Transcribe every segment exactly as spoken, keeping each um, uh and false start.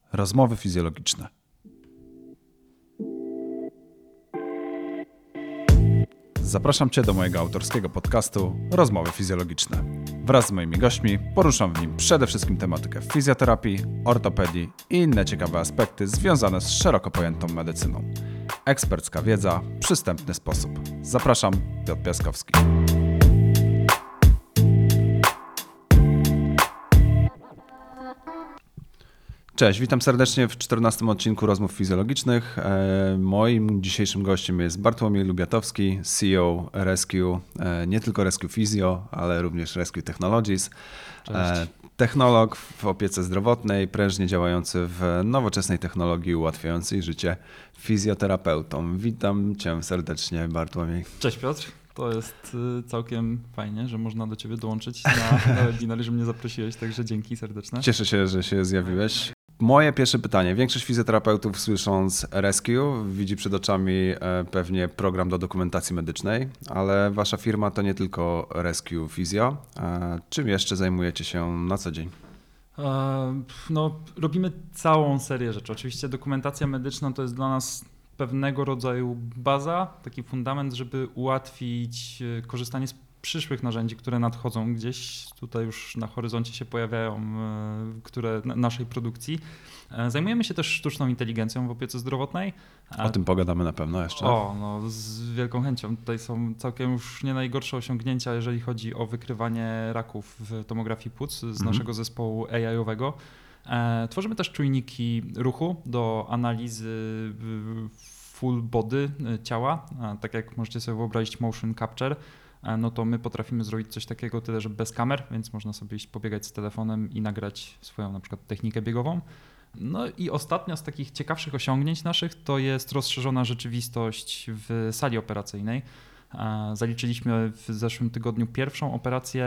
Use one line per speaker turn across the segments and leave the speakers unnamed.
Rozmowy fizjologiczne. Zapraszam Cię do mojego autorskiego podcastu Rozmowy fizjologiczne. Wraz z moimi gośćmi poruszam w nim przede wszystkim tematykę fizjoterapii, ortopedii i inne ciekawe aspekty związane z szeroko pojętą medycyną. Ekspercka wiedza, przystępny sposób. Zapraszam, Piotr Piaskowski. Cześć, witam serdecznie w czternastym odcinku Rozmów Fizjologicznych. Moim dzisiejszym gościem jest Bartłomiej Lubiatowski, C E O Rescue, nie tylko Rescue Physio, ale również Rescue Technologies.
Cześć.
Technolog w opiece zdrowotnej, prężnie działający w nowoczesnej technologii ułatwiającej życie fizjoterapeutom. Witam Cię serdecznie, Bartłomiej.
Cześć Piotr. To jest całkiem fajnie, że można do Ciebie dołączyć na, na webinar, że mnie zaprosiłeś, także dzięki serdeczne.
Cieszę się, że się zjawiłeś. Moje pierwsze pytanie. Większość fizjoterapeutów, słysząc Rescue, widzi przed oczami pewnie program do dokumentacji medycznej, ale wasza firma to nie tylko Rescue Physio. Czym jeszcze zajmujecie się na co dzień?
No, robimy całą serię rzeczy. Oczywiście dokumentacja medyczna to jest dla nas pewnego rodzaju baza, taki fundament, żeby ułatwić korzystanie z przyszłych narzędzi, które nadchodzą gdzieś tutaj już na horyzoncie się pojawiają, które naszej produkcji. Zajmujemy się też sztuczną inteligencją w opiece zdrowotnej.
O tym pogadamy na pewno jeszcze.
O, no z wielką chęcią. Tutaj są całkiem już nie najgorsze osiągnięcia, jeżeli chodzi o wykrywanie raków w tomografii płuc z mhm. naszego zespołu A I-owego. Tworzymy też czujniki ruchu do analizy full body ciała, tak jak możecie sobie wyobrazić motion capture. No to my potrafimy zrobić coś takiego, tyle że bez kamer, więc można sobie iść pobiegać z telefonem i nagrać swoją na przykład technikę biegową. No i ostatnia z takich ciekawszych osiągnięć naszych to jest rozszerzona rzeczywistość w sali operacyjnej. Zaliczyliśmy w zeszłym tygodniu pierwszą operację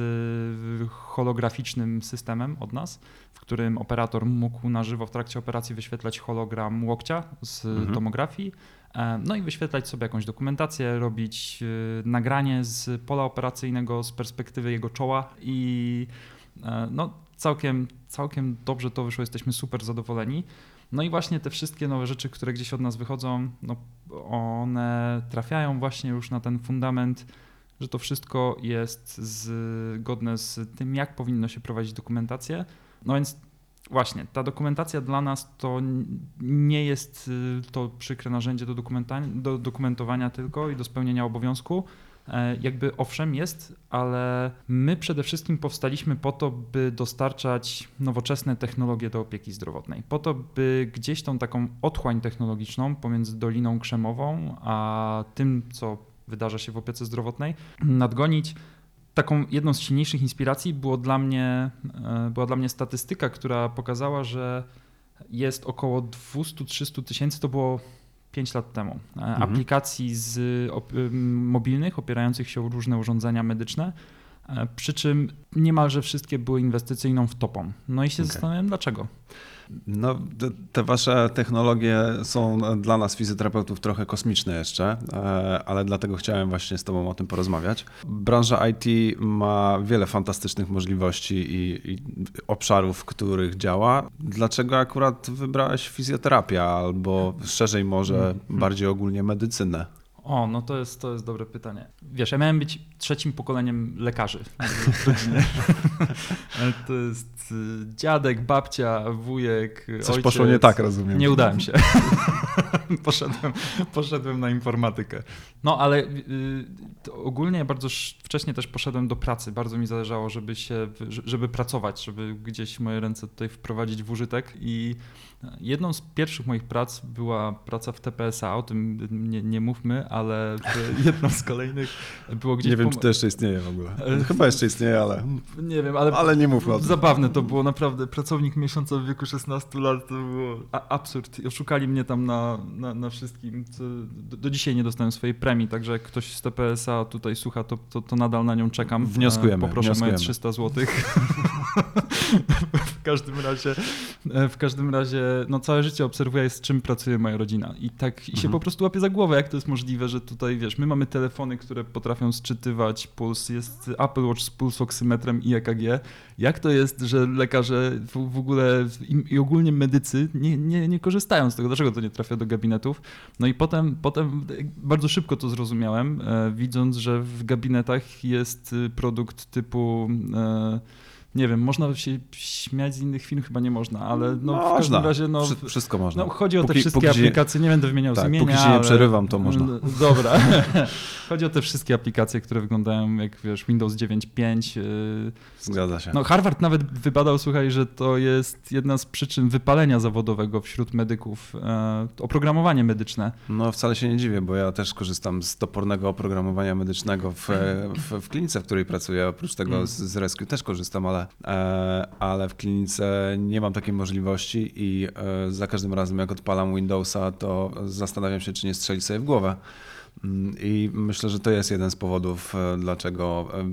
z holograficznym systemem od nas, w którym operator mógł na żywo w trakcie operacji wyświetlać hologram łokcia z mhm. tomografii. No i wyświetlać sobie jakąś dokumentację, robić nagranie z pola operacyjnego z perspektywy jego czoła i no całkiem, całkiem dobrze to wyszło, jesteśmy super zadowoleni. No i właśnie te wszystkie nowe rzeczy, które gdzieś od nas wychodzą, no one trafiają właśnie już na ten fundament, że to wszystko jest zgodne z tym, jak powinno się prowadzić dokumentację. No więc właśnie, ta dokumentacja dla nas to nie jest to przykre narzędzie do, do dokumentowania tylko i do spełnienia obowiązku. Jakby owszem jest, ale my przede wszystkim powstaliśmy po to, by dostarczać nowoczesne technologie do opieki zdrowotnej. Po to, by gdzieś tą taką otchłań technologiczną pomiędzy Doliną Krzemową a tym, co wydarza się w opiece zdrowotnej, nadgonić. Taką jedną z silniejszych inspiracji było dla mnie, była dla mnie statystyka, która pokazała, że jest około dwieście do trzystu tysięcy, to było pięć lat temu, mhm. aplikacji z op- mobilnych opierających się o różne urządzenia medyczne, przy czym niemalże wszystkie były inwestycyjną wtopą. No i się okay. zastanawiam dlaczego.
No, te, te wasze technologie są dla nas fizjoterapeutów trochę kosmiczne jeszcze, ale dlatego chciałem właśnie z tobą o tym porozmawiać. Branża I T ma wiele fantastycznych możliwości i, i obszarów, w których działa. Dlaczego akurat wybrałeś fizjoterapię albo szerzej może hmm. bardziej ogólnie medycynę?
O, no to jest, to jest dobre pytanie. Wiesz, ja miałem być trzecim pokoleniem lekarzy w rodzinie. To jest dziadek, babcia, wujek,
Coś
ojciec.
poszło nie tak, rozumiem.
Nie udałem się. poszedłem, poszedłem na informatykę. No ale y, ogólnie bardzo wcześnie też poszedłem do pracy. Bardzo mi zależało, żeby się, żeby pracować, żeby gdzieś moje ręce tutaj wprowadzić w użytek i jedną z pierwszych moich prac była praca w T P S A, o tym nie, nie mówmy, ale jedną z kolejnych było gdzieś...
Nie wiem, czy to jeszcze istnieje w ogóle. Chyba jeszcze istnieje, ale...
Nie wiem, ale...
Ale nie mówmy o tym.
Zabawne to było, naprawdę. Pracownik miesiąca w wieku szesnastu lat, to było absurd. Oszukali mnie tam na, na, na wszystkim. Do, do dzisiaj nie dostałem swojej premii, także jak ktoś z T P S A tutaj słucha, to, to, to nadal na nią czekam.
Wnioskujemy.
Poproszę
wnioskujemy.
moje trzysta złotych. W każdym razie, w każdym razie, no całe życie obserwuję, z czym pracuje moja rodzina i tak i się
Mhm.
po prostu łapię za głowę, jak to jest możliwe, że tutaj, wiesz, my mamy telefony, które potrafią sczytywać puls, jest Apple Watch z pulsoksymetrem i E K G. Jak to jest, że lekarze w, w ogóle i, i ogólnie medycy nie, nie, nie korzystają z tego? Dlaczego to nie trafia do gabinetów? No i potem, potem bardzo szybko to zrozumiałem, e, widząc, że w gabinetach jest produkt typu... E, nie wiem, można się śmiać z innych firm, chyba nie można, ale no
Można.
w każdym razie... No,
Wszy- Wszystko można.
no, chodzi o te
Póki-
wszystkie
póki się-
aplikacje, nie będę wymieniał
Tak,
z imienia,
póki się nie
ale-
przerywam, to można.
No, dobra. Chodzi o te wszystkie aplikacje, które wyglądają jak, wiesz, Windows dziewięć pięć. Yy.
Zgadza się.
No Harvard nawet wybadał, słuchaj, że to jest jedna z przyczyn wypalenia zawodowego wśród medyków. E, oprogramowanie medyczne.
No wcale się nie dziwię, bo ja też korzystam z topornego oprogramowania medycznego w, w, w klinice, w której pracuję. Oprócz tego z, z Rescue też korzystam, ale, e, ale w klinice nie mam takiej możliwości i e, za każdym razem jak odpalam Windowsa, to zastanawiam się, czy nie strzelić sobie w głowę. Mm, I myślę, że to jest jeden z powodów, e, dlaczego e,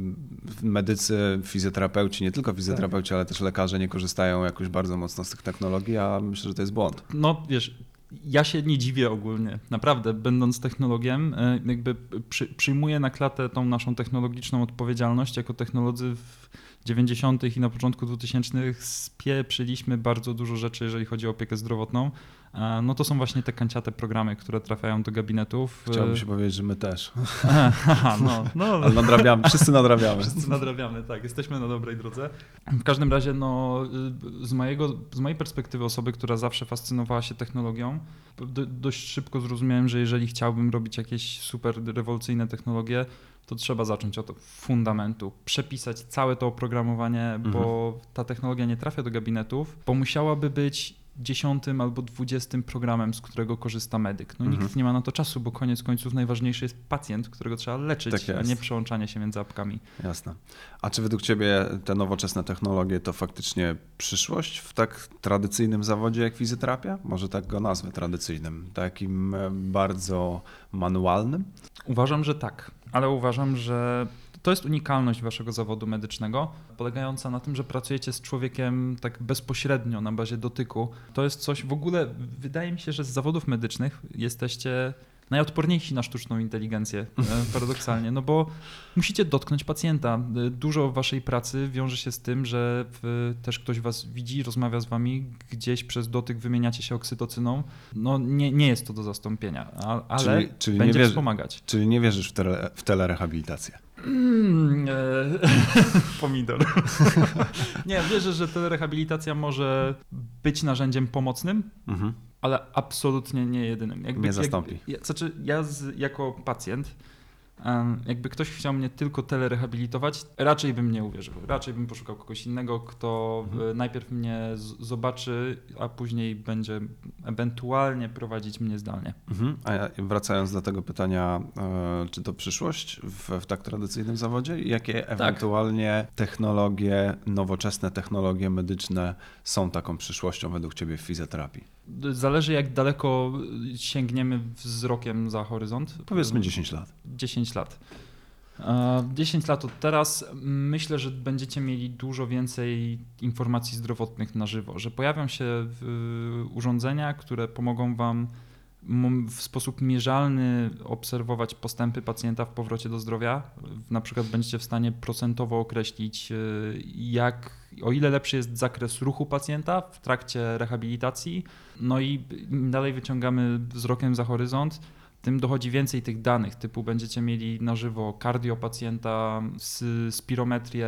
medycy, fizjoterapeuci, nie tylko fizjoterapeuci, ale też lekarze nie korzystają jakoś bardzo mocno z tych technologii, a myślę, że to jest błąd.
No wiesz, ja się nie dziwię ogólnie, naprawdę, będąc technologiem, e, jakby przy, przyjmuję na klatę tą naszą technologiczną odpowiedzialność. Jako technolodzy w dziewięćdziesiątych i na początku dwutysięcznych spieprzyliśmy bardzo dużo rzeczy, jeżeli chodzi o opiekę zdrowotną. E, No to są właśnie te kanciate programy, które trafiają do gabinetów.
Chciałbym się powiedzieć, że my też.
Aha, no, no.
Ale nadrabiamy, wszyscy nadrabiamy.
Wszyscy nadrabiamy, tak, jesteśmy na dobrej drodze. W każdym razie, no, z, mojego, z mojej perspektywy osoby, która zawsze fascynowała się technologią, do, dość szybko zrozumiałem, że jeżeli chciałbym robić jakieś super rewolucyjne technologie, to trzeba zacząć od fundamentu, przepisać całe to oprogramowanie,
Mhm.
bo ta technologia nie trafia do gabinetów, bo musiałaby być dziesiątym albo dwudziestym programem, z którego korzysta medyk. No
Mhm.
nikt nie ma na to czasu, bo koniec końców najważniejszy jest pacjent, którego trzeba leczyć,
Tak
a
jest.
nie przełączanie się między apkami.
Jasne. A czy według Ciebie te nowoczesne technologie to faktycznie przyszłość w tak tradycyjnym zawodzie jak fizjoterapia? Może tak go nazwę tradycyjnym, takim e, bardzo manualnym?
Uważam, że tak, ale uważam, że to jest unikalność waszego zawodu medycznego, polegająca na tym, że pracujecie z człowiekiem tak bezpośrednio na bazie dotyku. To jest coś w ogóle, wydaje mi się, że z zawodów medycznych jesteście najodporniejsi na sztuczną inteligencję, e, paradoksalnie, no bo musicie dotknąć pacjenta. E, Dużo waszej pracy wiąże się z tym, że w, też ktoś was widzi, rozmawia z wami, gdzieś przez dotyk wymieniacie się oksytocyną. No nie, nie jest to do zastąpienia, a, ale
Czyli- czyli nie
będzie
wierzy-
wspomagać.
Czyli nie wierzysz w, tele, w telerehabilitację?
Mm, e, pomidor. Nie, wierzę, że telerehabilitacja może być narzędziem pomocnym,
Mhm.
ale absolutnie nie jedynym. Jakby,
Nie zastąpi.
Jak, ja, znaczy ja z, jako pacjent, em, jakby ktoś chciał mnie tylko telerehabilitować, raczej bym nie uwierzył. Raczej bym poszukał kogoś innego, kto
Mhm.
e, najpierw mnie z, zobaczy, a później będzie ewentualnie prowadzić mnie zdalnie.
Mhm. A ja, wracając do tego pytania, e, czy to przyszłość w, w tak tradycyjnym zawodzie? Jakie ewentualnie technologie, nowoczesne technologie medyczne są taką przyszłością według Ciebie w fizjoterapii?
Zależy, jak daleko sięgniemy wzrokiem za horyzont.
Powiedzmy dziesięć lat.
dziesięć lat. E, dziesięć lat od teraz myślę, że będziecie mieli dużo więcej informacji zdrowotnych na żywo, że pojawią się w, urządzenia, które pomogą wam m- w sposób mierzalny obserwować postępy pacjenta w powrocie do zdrowia. Na przykład będziecie w stanie procentowo określić, e, jak, o ile lepszy jest zakres ruchu pacjenta w trakcie rehabilitacji. No i im dalej wyciągamy wzrokiem za horyzont, tym dochodzi więcej tych danych, typu będziecie mieli na żywo cardio pacjenta, s- spirometrię,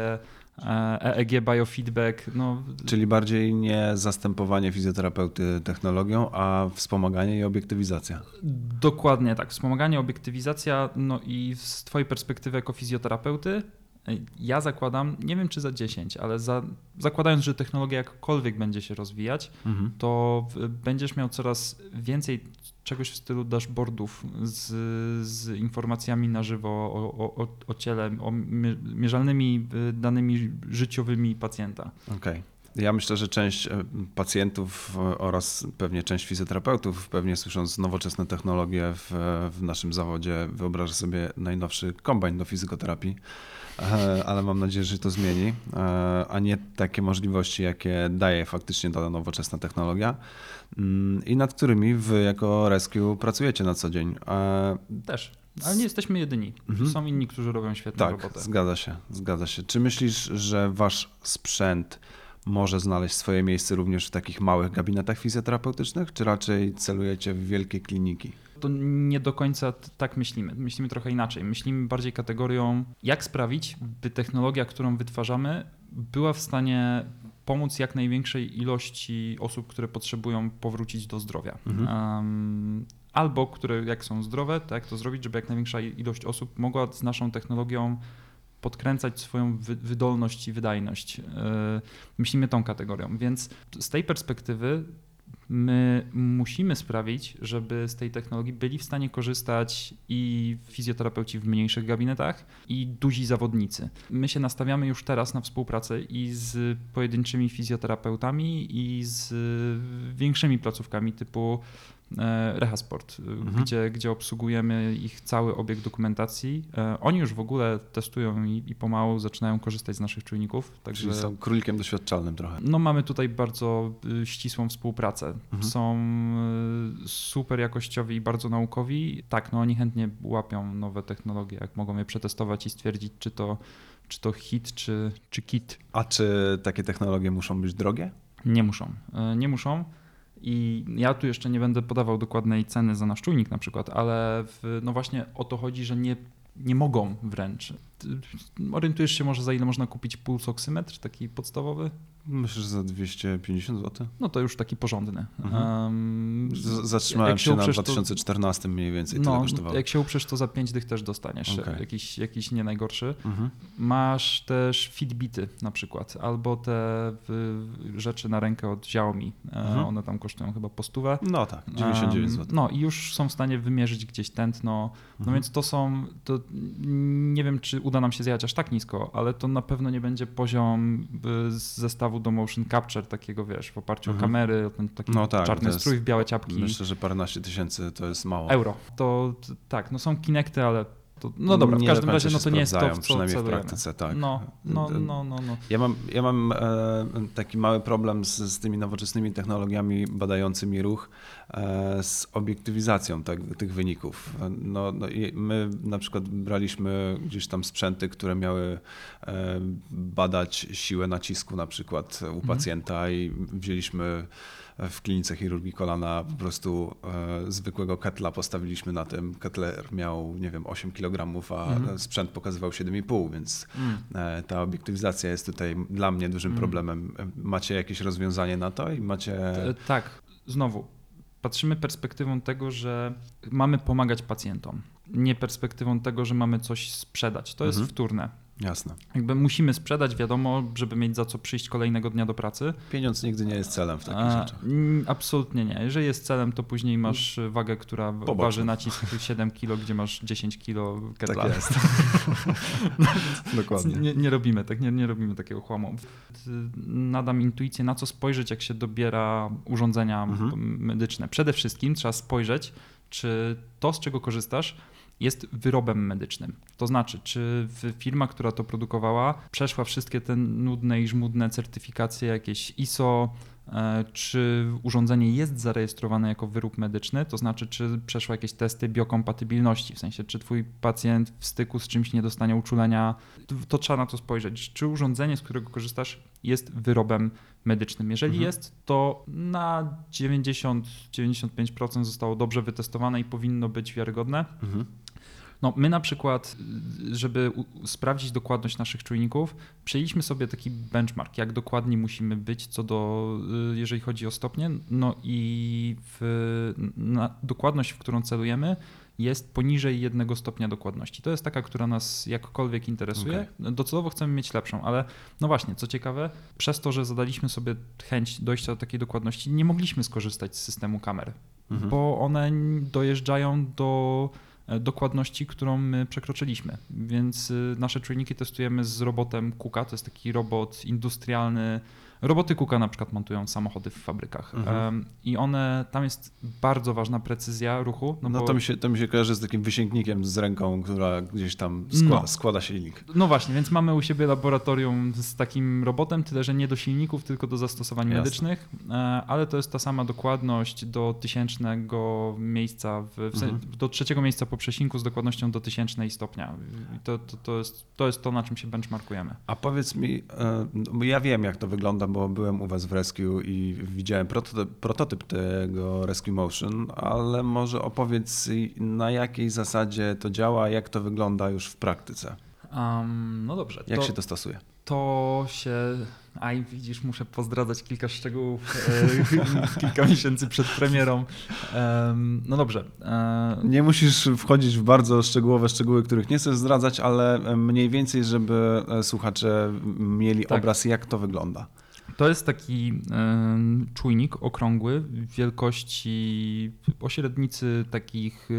E E G biofeedback. No,
Czyli bardziej nie zastępowanie fizjoterapeuty technologią, a wspomaganie i obiektywizacja.
dokładnie tak. Wspomaganie, obiektywizacja, no i z twojej perspektywy jako fizjoterapeuty, ja zakładam, nie wiem czy za dziesięć, ale za, zakładając, że technologia jakkolwiek będzie się rozwijać,
Mhm.
to w- będziesz miał coraz więcej czegoś w stylu dashboardów z, z informacjami na żywo o, o, o ciele, o mie- mierzalnymi y, danymi życiowymi pacjenta.
Okej. Ja myślę, że część pacjentów oraz pewnie część fizjoterapeutów, pewnie słysząc nowoczesne technologie w, w naszym zawodzie, wyobraża sobie najnowszy kombajn do fizykoterapii, ale mam nadzieję, że się to zmieni, a nie takie możliwości, jakie daje faktycznie ta nowoczesna technologia i nad którymi wy jako Rescue pracujecie na co dzień.
Też. Ale nie jesteśmy jedyni. Mhm. Są inni, którzy robią świetną
tak,
robotę.
Tak, zgadza się, zgadza się. Czy myślisz, że wasz sprzęt może znaleźć swoje miejsce również w takich małych gabinetach fizjoterapeutycznych, czy raczej celujecie w wielkie kliniki?
To nie do końca tak myślimy. Myślimy trochę inaczej. Myślimy bardziej kategorią, jak sprawić, by technologia, którą wytwarzamy, była w stanie pomóc jak największej ilości osób, które potrzebują powrócić do zdrowia. Mhm. Um, albo które jak są zdrowe, to jak to zrobić, żeby jak największa ilość osób mogła z naszą technologią podkręcać swoją wydolność i wydajność. Myślimy tą kategorią, więc z tej perspektywy my musimy sprawić, żeby z tej technologii byli w stanie korzystać i fizjoterapeuci w mniejszych gabinetach, i duzi zawodnicy. My się nastawiamy już teraz na współpracę i z pojedynczymi fizjoterapeutami, i z większymi placówkami typu Rehasport, mhm. gdzie, gdzie obsługujemy ich cały obieg dokumentacji. Oni już w ogóle testują i, i pomału zaczynają korzystać z naszych czujników. Także
Czyli są królikiem doświadczalnym trochę.
No mamy tutaj bardzo ścisłą współpracę. Mhm. Są super jakościowi i bardzo naukowi. Tak, no oni chętnie łapią nowe technologie, jak mogą je przetestować i stwierdzić, czy to, czy to hit, czy, czy kit.
A czy takie technologie muszą być drogie?
Nie muszą. Nie muszą. I ja tu jeszcze nie będę podawał dokładnej ceny za nasz czujnik na przykład, ale w, no właśnie o to chodzi, że nie, nie mogą wręcz. Orientujesz się może, za ile można kupić pulsoksymetr taki podstawowy?
Myślę, że za dwieście pięćdziesiąt złotych.
No to już taki porządny.
Mhm. Um, Zatrzymałem się, się na dwa tysiące czternastym mniej więcej, tyle
no,
kosztowało.
Jak się uprzesz, to za pięć dych też dostaniesz, okay. jakiś, jakiś nie najgorszy. Mhm. Masz też Fitbity na przykład, albo te rzeczy na rękę od Xiaomi. Mhm. One tam kosztują chyba po stówę.
No tak, dziewięćdziesiąt dziewięć złotych.
No i już są w stanie wymierzyć gdzieś tętno. No mhm. więc to są, to nie wiem, czy uda nam się zjechać aż tak nisko, ale to na pewno nie będzie poziom z zestawu do motion capture, takiego wiesz, w oparciu mhm. o kamery, ten taki no tak, czarny jest, strój w białe ciapki.
Myślę, że paręnaście tysięcy to jest mało.
Euro. To, to tak, no są Kinecty, ale to, no dobra, w
nie
każdym razie no to nie jest to, w co
przynajmniej
celujemy.
w praktyce, tak.
No, no, no, no, no.
Ja mam, ja mam e, taki mały problem z, z tymi nowoczesnymi technologiami badającymi ruch, e, z obiektywizacją tak, tych wyników. No, no i my na przykład braliśmy gdzieś tam sprzęty, które miały e, badać siłę nacisku na przykład u mhm. pacjenta i wzięliśmy w klinice chirurgii kolana po prostu e, zwykłego ketla postawiliśmy na tym. Ketler miał, nie wiem, osiem kilogramów, a mm. sprzęt pokazywał siedem i pół, więc mm. e, ta obiektywizacja jest tutaj dla mnie dużym mm. problemem. Macie jakieś rozwiązanie na to i macie...
Tak, znowu. Patrzymy perspektywą tego, że mamy pomagać pacjentom, nie perspektywą tego, że mamy coś sprzedać. To jest mm-hmm. wtórne.
Jasne.
Jakby musimy sprzedać, wiadomo, żeby mieć za co przyjść kolejnego dnia do pracy.
Pieniądz nigdy nie jest celem w takich
A,
rzeczach.
Absolutnie nie. Jeżeli jest celem, to później masz wagę, która Poboczny. waży nacisk siedem kilo, gdzie masz dziesięć kilo ketla.
Tak jest.
no,
Dokładnie.
Nie, nie robimy tak, nie, nie robimy takiego chłamu. Nadam intuicję, na co spojrzeć, jak się dobiera urządzenia mhm. medyczne. Przede wszystkim trzeba spojrzeć, czy to, z czego korzystasz, jest wyrobem medycznym. To znaczy, czy firma, która to produkowała, przeszła wszystkie te nudne i żmudne certyfikacje, jakieś I S O, czy urządzenie jest zarejestrowane jako wyrób medyczny, to znaczy, czy przeszło jakieś testy biokompatybilności, w sensie, czy twój pacjent w styku z czymś nie dostanie uczulenia, to trzeba na to spojrzeć. Czy urządzenie, z którego korzystasz, jest wyrobem medycznym. Jeżeli mhm. jest, to na dziewięćdziesiąt do dziewięćdziesięciu pięciu procent zostało dobrze wytestowane i powinno być wiarygodne. Mhm. No, my na przykład, żeby u- sprawdzić dokładność naszych czujników, przyjęliśmy sobie taki benchmark, jak dokładni musimy być co do, jeżeli chodzi o stopnie, no i w, na dokładność, w którą celujemy, jest poniżej jednego stopnia dokładności. To jest taka, która nas jakkolwiek interesuje. Okay. Docelowo chcemy mieć lepszą, ale no właśnie, co ciekawe, przez to, że zadaliśmy sobie chęć dojścia do takiej dokładności, nie mogliśmy skorzystać z systemu kamer, mhm. bo one dojeżdżają do dokładności, którą my przekroczyliśmy. Więc nasze czujniki testujemy z robotem Kuka, to jest taki robot industrialny, Roboty Cooka na przykład montują samochody w fabrykach
Mhm.
i one, tam jest bardzo ważna precyzja ruchu. No,
No
bo,
to mi, się, to mi się kojarzy z takim wysięgnikiem z ręką, która gdzieś tam składa,
No.
składa silnik.
no właśnie, więc mamy u siebie laboratorium z takim robotem, tyle że nie do silników, tylko do zastosowań
Jasne.
medycznych, e, ale to jest ta sama dokładność do tysięcznego miejsca, w, w,
Mhm.
do trzeciego miejsca po przesinku z dokładnością do tysięcznej stopnia. I to, to, to, jest, to jest to, na czym się benchmarkujemy.
A powiedz mi, e, bo ja wiem jak to wygląda, bo byłem u was w Rescue i widziałem prototyp, prototyp tego Rescue Motion, ale może opowiedz na jakiej zasadzie to działa, jak to wygląda już w praktyce.
Um, no dobrze.
Jak
to,
się to stosuje?
To się... Aj, widzisz, muszę pozdradzać kilka szczegółów, e, kilka miesięcy przed premierą. Um, no dobrze. E,
Nie musisz wchodzić w bardzo szczegółowe szczegóły, których nie chcesz zdradzać, ale mniej więcej, żeby słuchacze mieli
Tak.
obraz, jak to wygląda.
To jest taki e, czujnik okrągły wielkości o średnicy takich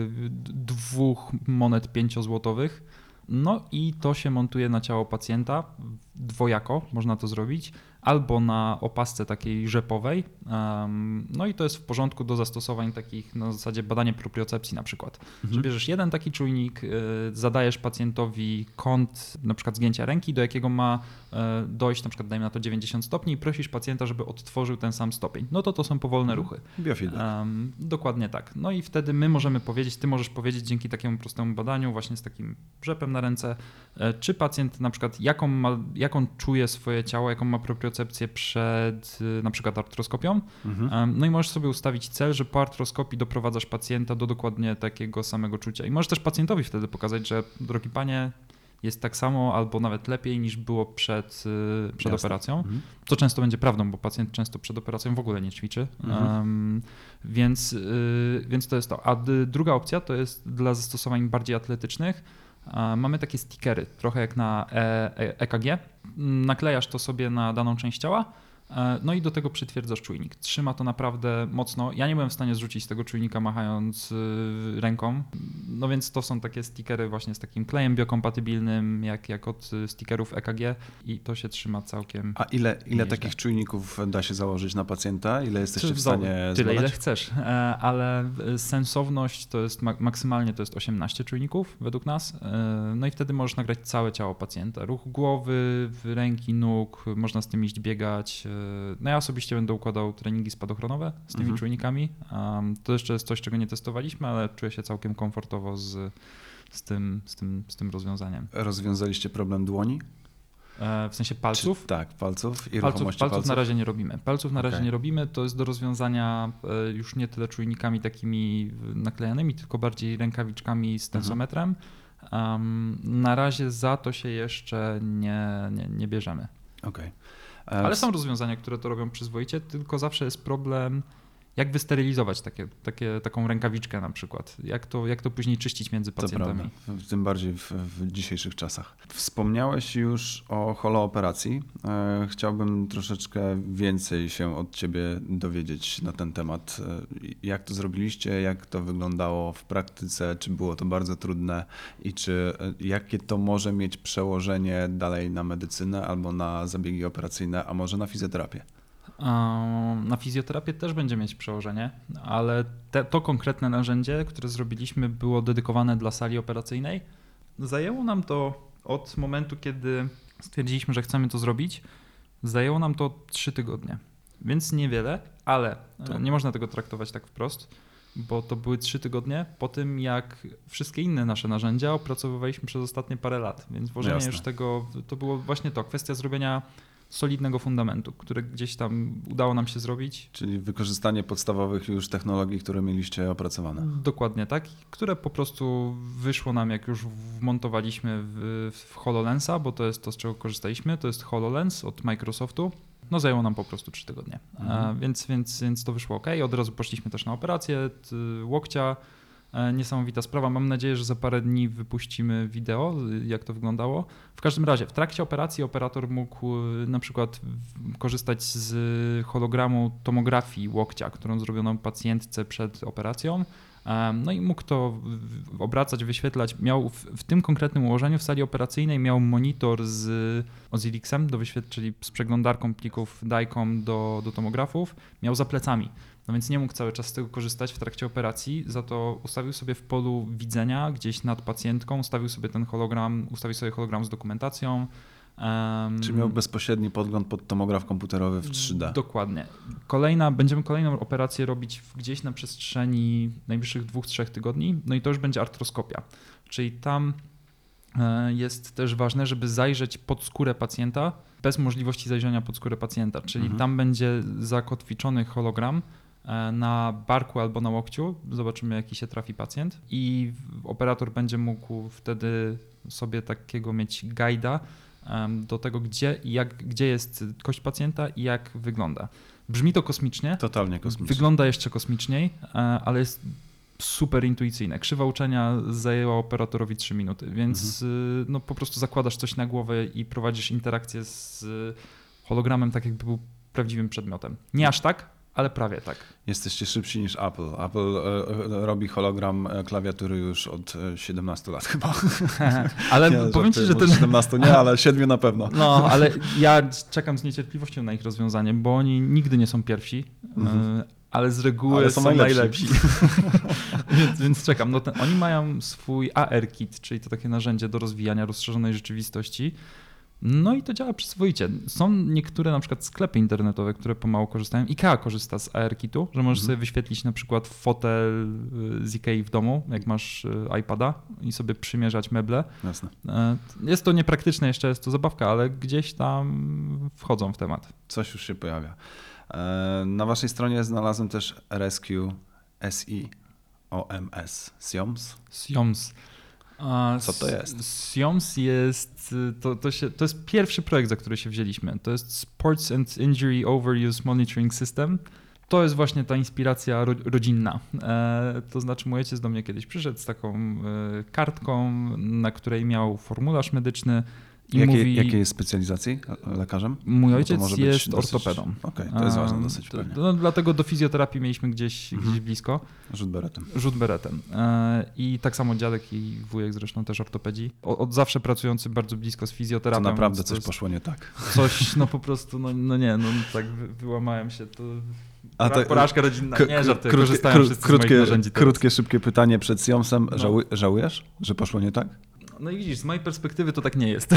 dwóch monet pięciozłotowych. No i to się montuje na ciało pacjenta dwojako, można to zrobić, albo na opasce takiej rzepowej. Um, no i to jest w porządku do zastosowań takich na zasadzie badania propriocepcji na przykład.
Mhm.
Że bierzesz jeden taki czujnik, y, zadajesz pacjentowi kąt na przykład zgięcia ręki, do jakiego ma y, dojść, na przykład dajmy na to dziewięćdziesiąt stopni i prosisz pacjenta, żeby odtworzył ten sam stopień. No to to są powolne ruchy.
Biofeedback.
Um, dokładnie tak. No i wtedy my możemy powiedzieć, ty możesz powiedzieć dzięki takiemu prostemu badaniu, właśnie z takim rzepem na ręce, e, czy pacjent na przykład jaką, ma, jaką czuje swoje ciało, jaką ma propriocepcję przed e, na przykład artroskopią.
Mhm.
Um, no i możesz sobie ustawić cel, że po artroskopii doprowadzasz pacjenta do dokładnie takiego samego czucia. I możesz też pacjentowi wtedy pokazać, że drogi panie, jest tak samo albo nawet lepiej niż było przed, y, przed
Jasne.
operacją.
Mhm.
Co często będzie prawdą, bo pacjent często przed operacją w ogóle nie ćwiczy.
Mhm.
Um, więc, y, więc to jest to. A d- druga opcja to jest dla zastosowań bardziej atletycznych. A mamy takie stickery, trochę jak na e- e- E K G. Naklejasz to sobie na daną część ciała. e, No i do tego przytwierdzasz czujnik. Trzyma to naprawdę mocno. Ja nie byłem w stanie zrzucić z tego czujnika machając y, ręką. No więc to są takie stickery właśnie z takim klejem biokompatybilnym, jak, jak od y, stickerów E K G i to się trzyma całkiem.
A ile, ile
Nieźle.
takich czujników da się założyć na pacjenta? Ile jesteście
Czy
w
za-
stanie
Tyle, ile
zbadać?
chcesz, e, ale e, sensowność to jest ma- maksymalnie to jest osiemnaście czujników według nas. E, No i wtedy możesz nagrać całe ciało pacjenta. Ruch głowy, ręki, nóg, można z tym iść biegać. E, No ja osobiście będę układał treningi spadochronowe z tymi
Mhm.
czujnikami. Um, To jeszcze jest coś, czego nie testowaliśmy, ale czuję się całkiem komfortowo z, z, tym, z, tym, z tym rozwiązaniem.
Rozwiązaliście problem dłoni?
E, W sensie palców.
Czy, tak, palców i
Palców,
ruchomości
palców
palców.
na razie nie robimy. Palców na razie
Okej.
nie robimy. To jest do rozwiązania e, już nie tyle czujnikami takimi naklejanymi, tylko bardziej rękawiczkami z tensometrem. Um, na razie za to się jeszcze nie, nie, nie bierzemy.
Okej. E,
Ale są rozwiązania, które to robią przyzwoicie, tylko zawsze jest problem, jak wysterylizować takie, takie, taką rękawiczkę na przykład. Jak to, jak to później czyścić między
To
pacjentami.
prawda, w- tym bardziej w, w dzisiejszych czasach. Wspomniałeś już o holooperacji. E, chciałbym troszeczkę więcej się od ciebie dowiedzieć na ten temat. E, jak to zrobiliście, jak to wyglądało w praktyce, czy było to bardzo trudne i czy e, jakie to może mieć przełożenie dalej na medycynę albo na zabiegi operacyjne, a może na fizjoterapię?
Na fizjoterapię też będzie mieć przełożenie, ale te, to konkretne narzędzie, które zrobiliśmy, było dedykowane dla sali operacyjnej. Zajęło nam to od momentu, kiedy stwierdziliśmy, że chcemy to zrobić, zajęło nam to trzy tygodnie, więc niewiele, ale
To-
nie można tego traktować tak wprost, bo to były trzy tygodnie po tym, jak wszystkie inne nasze narzędzia opracowywaliśmy przez ostatnie parę lat, więc włożenie
Jasne.
już tego, to było właśnie to, kwestia zrobienia solidnego fundamentu, który gdzieś tam udało nam się zrobić.
Czyli wykorzystanie podstawowych już technologii, które mieliście opracowane.
Dokładnie tak, które po prostu wyszło nam, jak już wmontowaliśmy w, w HoloLensa, bo to jest to, z czego korzystaliśmy, to jest HoloLens od Microsoftu. No zajęło nam po prostu trzy tygodnie,
Mhm.
e, więc, więc, więc to wyszło ok. Od razu poszliśmy też na operację t, łokcia. E, Niesamowita sprawa. Mam nadzieję, że za parę dni wypuścimy wideo, jak to wyglądało. W każdym razie, w trakcie operacji operator mógł e, na przykład w- korzystać z hologramu tomografii łokcia, którą zrobiono pacjentce przed operacją. No i mógł to obracać, wyświetlać. Miał w, w tym konkretnym ułożeniu w sali operacyjnej miał monitor z Ozilixem, do wyświet- czyli z przeglądarką plików Dicom do, do tomografów, miał za plecami. No więc nie mógł cały czas z tego korzystać w trakcie operacji, za to ustawił sobie w polu widzenia gdzieś nad pacjentką, ustawił sobie ten hologram, ustawił sobie hologram z dokumentacją. Um,
Czyli miał bezpośredni podgląd pod tomograf komputerowy w trzy D.
Dokładnie. Kolejna, będziemy kolejną operację robić gdzieś na przestrzeni najbliższych dwóch, trzech tygodni, no i to już będzie artroskopia, czyli tam jest też ważne, żeby zajrzeć pod skórę pacjenta bez możliwości zajrzenia pod skórę pacjenta, czyli mhm. tam będzie zakotwiczony hologram na barku albo na łokciu, zobaczymy jaki się trafi pacjent i operator będzie mógł wtedy sobie takiego mieć guida do tego, gdzie, i jak, gdzie jest kość pacjenta i jak wygląda. Brzmi to kosmicznie.
Totalnie kosmicznie.
Wygląda jeszcze kosmiczniej, ale jest super intuicyjne. Krzywa uczenia zajęła operatorowi trzy minuty, więc mhm. no, po prostu zakładasz coś na głowę i prowadzisz interakcję z hologramem tak jakby był prawdziwym przedmiotem. Nie aż tak, ale prawie tak.
Jesteście szybsi niż Apple. Apple e, robi hologram klawiatury już od siedemnastu lat chyba.
Ale
nie,
powiem ci, że ten...
siedemnastu nie, ale siedmiu na pewno.
No, ale ja czekam z niecierpliwością na ich rozwiązanie, bo oni nigdy nie są pierwsi, mhm. ale z reguły
ale są,
są
najlepsi.
najlepsi. więc, więc czekam. No ten, oni mają swój A R Kit, czyli to takie narzędzie do rozwijania rozszerzonej rzeczywistości. No i to działa przyzwoicie. Są niektóre na przykład sklepy internetowe, które pomału korzystają. IKEA korzysta z A R Kitu, że możesz mhm. sobie wyświetlić na przykład fotel z IKEA w domu, jak masz iPada i sobie przymierzać meble.
Jasne.
Jest to niepraktyczne, jeszcze jest to zabawka, ale gdzieś tam wchodzą w temat.
Coś już się pojawia. Na waszej stronie znalazłem też Rescue S I O M S. SIOMS?
SIOMS.
Co to jest?
SIOMS jest, to, to, się, to jest pierwszy projekt, za który się wzięliśmy. To jest Sports and Injury Overuse Monitoring System. To jest właśnie ta inspiracja ro, rodzinna. E, to znaczy mój ojciec do mnie kiedyś przyszedł z taką e, kartką, na której miał formularz medyczny. I
Jakie,
mówi,
jakiej jest specjalizacji lekarzem?
Mój ojciec jest ortopedą.
Okej, okay, to jest ważne dosyć pewnie.
No, dlatego do fizjoterapii mieliśmy gdzieś, mhm. gdzieś blisko.
Rzut beretem.
Rzut beretem. I tak samo dziadek i wujek zresztą też ortopedzi. Od zawsze pracujący bardzo blisko z fizjoterapią.
To naprawdę coś poszło nie tak.
Coś, no po prostu, no, no nie, no tak wyłamałem się. To... A to, porażka rodzinna, nie żartuję, korzystają
kró,
wszyscy
krótkie,
z moich narzędzi teraz.
Krótkie, szybkie pytanie przed SIOMS-em.
No.
Żałuj, żałujesz, że poszło nie tak?
No i widzisz, z mojej perspektywy to tak nie jest.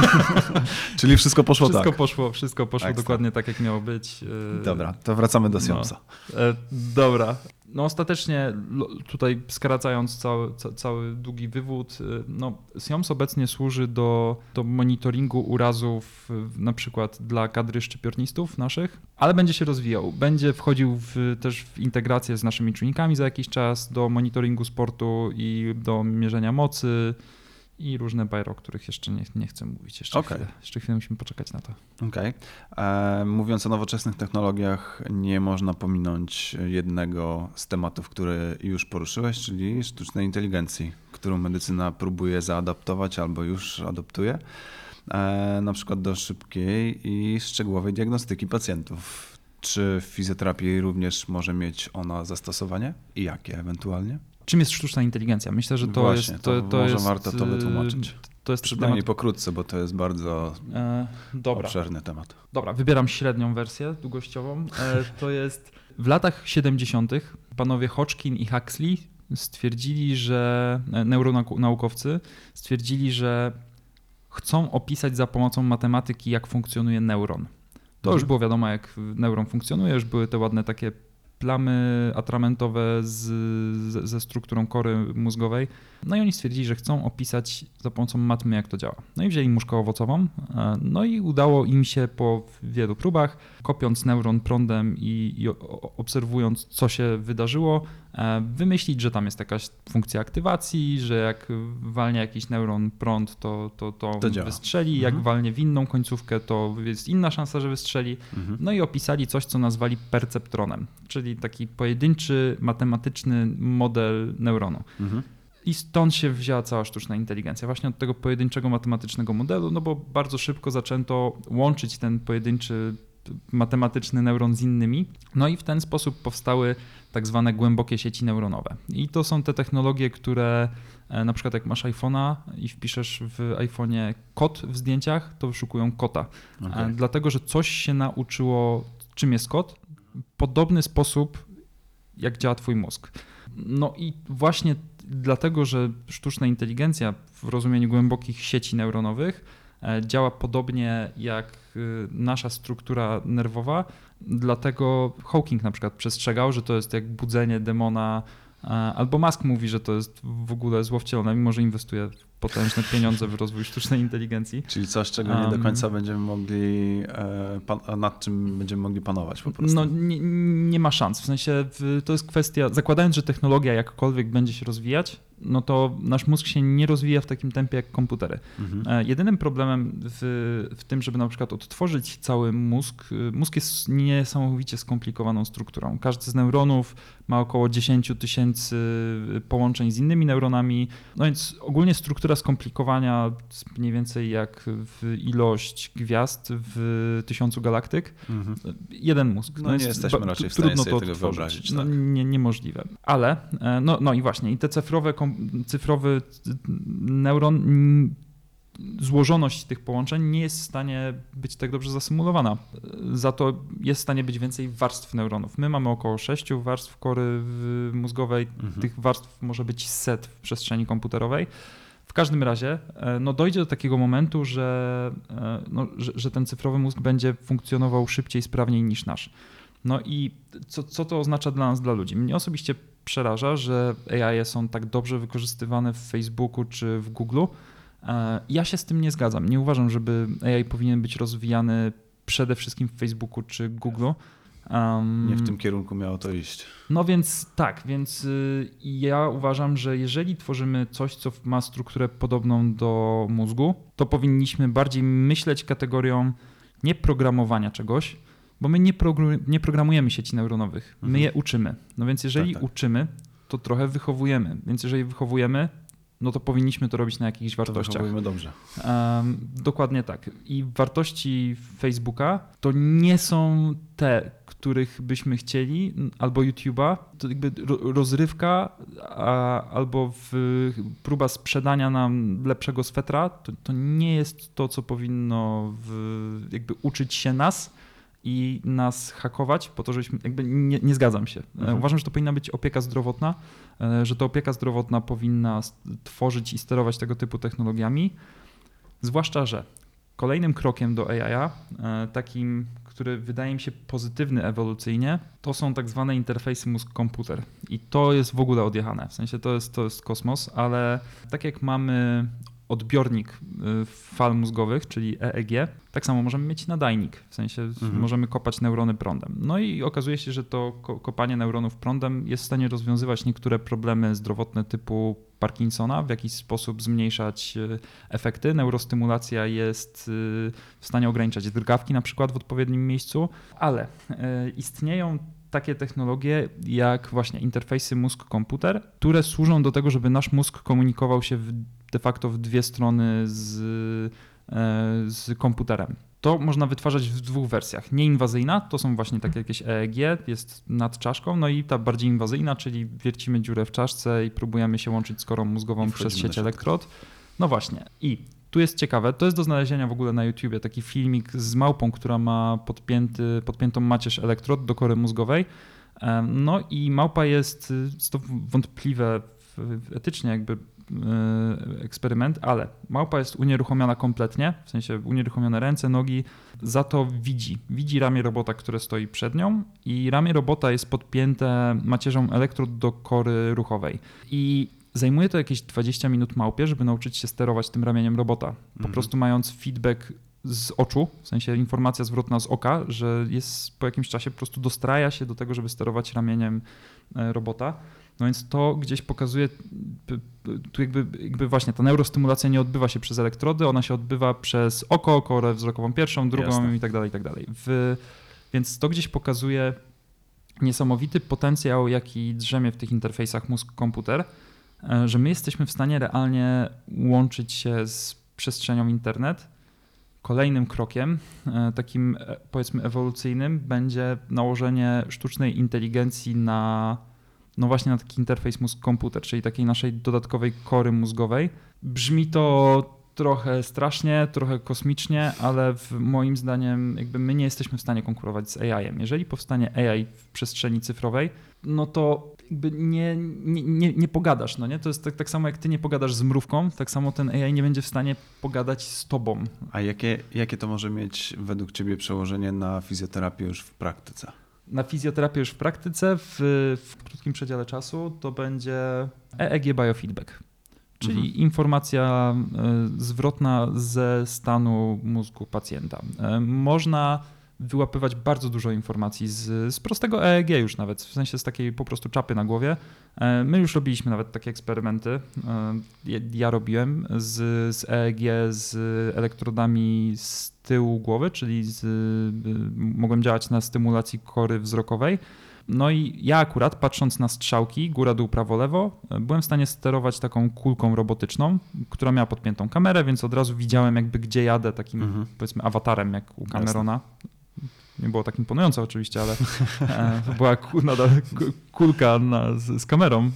Czyli wszystko poszło
wszystko
tak?
Poszło, wszystko poszło
Ekstra.
dokładnie tak, jak miało być.
Dobra, to wracamy do SIOMS-a.
No, e, dobra. No ostatecznie tutaj skracając cały, ca, cały długi wywód, no SIOMS obecnie służy do, do monitoringu urazów na przykład dla kadry szczypiornistów naszych, ale będzie się rozwijał. Będzie wchodził w, też w integrację z naszymi czujnikami za jakiś czas do monitoringu sportu i do mierzenia mocy i różne bajry, o których jeszcze nie, nie chcę mówić. Jeszcze,
okay.
chwilę, jeszcze chwilę musimy poczekać na to.
Okej. Okay. Mówiąc o nowoczesnych technologiach, nie można pominąć jednego z tematów, który już poruszyłeś, czyli sztucznej inteligencji, którą medycyna próbuje zaadaptować albo już adoptuje, e, na przykład do szybkiej i szczegółowej diagnostyki pacjentów. Czy w fizjoterapii również może mieć ona zastosowanie i jakie ewentualnie?
Czym jest sztuczna inteligencja? Myślę, że to
Właśnie,
jest... To,
to,
to
może
jest,
warto to wytłumaczyć.
To jest
Przynajmniej
temat...
pokrótce, bo to jest bardzo
e, dobra.
obszerny temat.
Dobra, wybieram średnią wersję długościową. E, to jest w latach siedemdziesiątych panowie Hodgkin i Huxley stwierdzili, że neuronaukowcy stwierdzili, że chcą opisać za pomocą matematyki, jak funkcjonuje neuron. To mhm. już było wiadomo, jak neuron funkcjonuje, już były te ładne takie plamy atramentowe z, z, ze strukturą kory mózgowej. No i oni stwierdzili, że chcą opisać za pomocą matmy, jak to działa. No i wzięli muszkę owocową, no i udało im się po wielu próbach, kopiąc neuron prądem i, i obserwując, co się wydarzyło, wymyślić, że tam jest jakaś funkcja aktywacji, że jak walnie jakiś neuron prąd, to, to, to, to wystrzeli, mhm. jak walnie w inną końcówkę, to jest inna szansa, że wystrzeli. Mhm. No i opisali coś, co nazwali perceptronem, czyli taki pojedynczy, matematyczny model neuronu. Mhm. I stąd się wzięła cała sztuczna inteligencja, właśnie od tego pojedynczego matematycznego modelu, no bo bardzo szybko zaczęto łączyć ten pojedynczy matematyczny neuron z innymi. No i w ten sposób powstały tak zwane głębokie sieci neuronowe. I to są te technologie, które na przykład jak masz iPhone'a i wpiszesz w iPhone'ie kot w zdjęciach, to wyszukują kota. Okay. Dlatego, że coś się nauczyło, czym jest kot, w podobny sposób, jak działa twój mózg. No i właśnie dlatego, że sztuczna inteligencja w rozumieniu głębokich sieci neuronowych działa podobnie jak nasza struktura nerwowa, dlatego Hawking na przykład przestrzegał, że to jest jak budzenie demona, albo Musk mówi, że to jest w ogóle zło wcielone, mimo że inwestuje potężne pieniądze w rozwój sztucznej inteligencji.
Czyli coś, czego nie do końca będziemy mogli, nad czym będziemy mogli panować po prostu.
No nie, nie ma szans, w sensie to jest kwestia, zakładając, że technologia jakkolwiek będzie się rozwijać, no to nasz mózg się nie rozwija w takim tempie jak komputery. Mhm. Jedynym problemem w, w tym, żeby na przykład odtworzyć cały mózg, mózg jest niesamowicie skomplikowaną strukturą. Każdy z neuronów ma około dziesięć tysięcy połączeń z innymi neuronami, no więc ogólnie struktura skomplikowania mniej więcej jak w ilość gwiazd w tysiącu galaktyk. Mhm. Jeden mózg.
No, no nie jesteśmy ba- raczej w stanie
trudno
sobie
to
tego wyobrazić. Tak?
No, nie, niemożliwe. Ale, no, no i właśnie, i te cyfrowe, cyfrowy neuron, złożoność tych połączeń nie jest w stanie być tak dobrze zasymulowana. Za to jest w stanie być więcej warstw neuronów. My mamy około sześciu warstw kory mózgowej. Mhm. Tych warstw może być set w przestrzeni komputerowej. W każdym razie no, dojdzie do takiego momentu, że, no, że, że ten cyfrowy mózg będzie funkcjonował szybciej, sprawniej niż nasz. No i co, co to oznacza dla nas, dla ludzi? Mnie osobiście przeraża, że A I są tak dobrze wykorzystywane w Facebooku czy w Google'u. Ja się z tym nie zgadzam. Nie uważam, żeby A I powinien być rozwijany przede wszystkim w Facebooku czy Google'u. Um,
nie w tym kierunku miało to iść.
No więc tak, więc y, ja uważam, że jeżeli tworzymy coś, co ma strukturę podobną do mózgu, to powinniśmy bardziej myśleć kategorią nie programowania czegoś, bo my nie, progr- nie programujemy sieci neuronowych, my mhm. je uczymy. No więc jeżeli tak, tak. uczymy, to trochę wychowujemy. Więc jeżeli wychowujemy, no to powinniśmy to robić na jakichś wartościach.
To wychowujemy dobrze.
Um, dokładnie tak. I wartości Facebooka to nie są te, których byśmy chcieli, albo YouTube'a, to jakby rozrywka a, albo w, próba sprzedania nam lepszego swetra, to, to nie jest to, co powinno w, jakby uczyć się nas i nas hakować, po to, żebyśmy, jakby nie, nie zgadzam się. Mhm. Uważam, że to powinna być opieka zdrowotna, że to opieka zdrowotna powinna tworzyć i sterować tego typu technologiami, zwłaszcza, że kolejnym krokiem do A I, takim, który wydaje mi się pozytywny ewolucyjnie, to są tak zwane interfejsy mózg-komputer. I to jest w ogóle odjechane, w sensie to jest, to jest kosmos, ale tak jak mamy odbiornik fal mózgowych, czyli E E G, tak samo możemy mieć nadajnik, w sensie mhm. możemy kopać neurony prądem. No i okazuje się, że to kopanie neuronów prądem jest w stanie rozwiązywać niektóre problemy zdrowotne typu Parkinsona, w jakiś sposób zmniejszać efekty. Neurostymulacja jest w stanie ograniczać drgawki na przykład w odpowiednim miejscu, ale istnieją takie technologie jak właśnie interfejsy mózg-komputer, które służą do tego, żeby nasz mózg komunikował się w, de facto w dwie strony z, z komputerem. To można wytwarzać w dwóch wersjach. Nieinwazyjna to są właśnie takie jakieś E E G, jest nad czaszką, no i ta bardziej inwazyjna, czyli wiercimy dziurę w czaszce i próbujemy się łączyć z korą mózgową przez sieć elektrod. No właśnie. I tu jest ciekawe, to jest do znalezienia w ogóle na YouTubie, taki filmik z małpą, która ma podpięty, podpiętą macierz elektrod do kory mózgowej. No i małpa jest, jest to wątpliwe etycznie jakby eksperyment, ale małpa jest unieruchomiona kompletnie, w sensie unieruchomione ręce, nogi, za to widzi. Widzi ramię robota, które stoi przed nią i ramię robota jest podpięte macierzą elektrod do kory ruchowej. I zajmuje to jakieś dwadzieścia minut małpie, żeby nauczyć się sterować tym ramieniem robota. Po mhm. prostu mając feedback z oczu, w sensie informacja zwrotna z oka, że jest po jakimś czasie po prostu dostraja się do tego, żeby sterować ramieniem robota. No więc to gdzieś pokazuje, tu jakby, jakby właśnie ta neurostymulacja nie odbywa się przez elektrody, ona się odbywa przez oko, korę wzrokową pierwszą, drugą Jasne. i tak dalej, i tak dalej. W, więc to gdzieś pokazuje niesamowity potencjał, jaki drzemie w tych interfejsach mózg-komputer, że my jesteśmy w stanie realnie łączyć się z przestrzenią internet Kolejnym krokiem, takim powiedzmy ewolucyjnym, będzie nałożenie sztucznej inteligencji na, no właśnie na taki interfejs mózg-komputer, czyli takiej naszej dodatkowej kory mózgowej. Brzmi to trochę strasznie, trochę kosmicznie, ale w, moim zdaniem jakby my nie jesteśmy w stanie konkurować z A I-em. Jeżeli powstanie A I w przestrzeni cyfrowej, no to jakby nie, nie, nie, nie pogadasz, no nie? To jest tak, tak samo jak ty nie pogadasz z mrówką, tak samo ten A I nie będzie w stanie pogadać z tobą.
A jakie, jakie to może mieć według ciebie przełożenie na fizjoterapię już w praktyce?
Na fizjoterapię już w praktyce w, w krótkim przedziale czasu to będzie E E G biofeedback, czyli mhm. informacja y, zwrotna ze stanu mózgu pacjenta. Y, można wyłapywać bardzo dużo informacji z, z prostego E E G już nawet, w sensie z takiej po prostu czapy na głowie. Y, my już robiliśmy nawet takie eksperymenty. Y, ja robiłem z, z E E G z elektrodami z tyłu głowy, czyli z, y, mogłem działać na stymulacji kory wzrokowej. No i ja akurat patrząc na strzałki góra, dół, prawo, lewo byłem w stanie sterować taką kulką robotyczną, która miała podpiętą kamerę, więc od razu widziałem jakby gdzie jadę takim mhm. powiedzmy awatarem jak u Camerona. Jasne. Nie było tak imponujące oczywiście, ale to była nadal kulka na, z, z kamerą.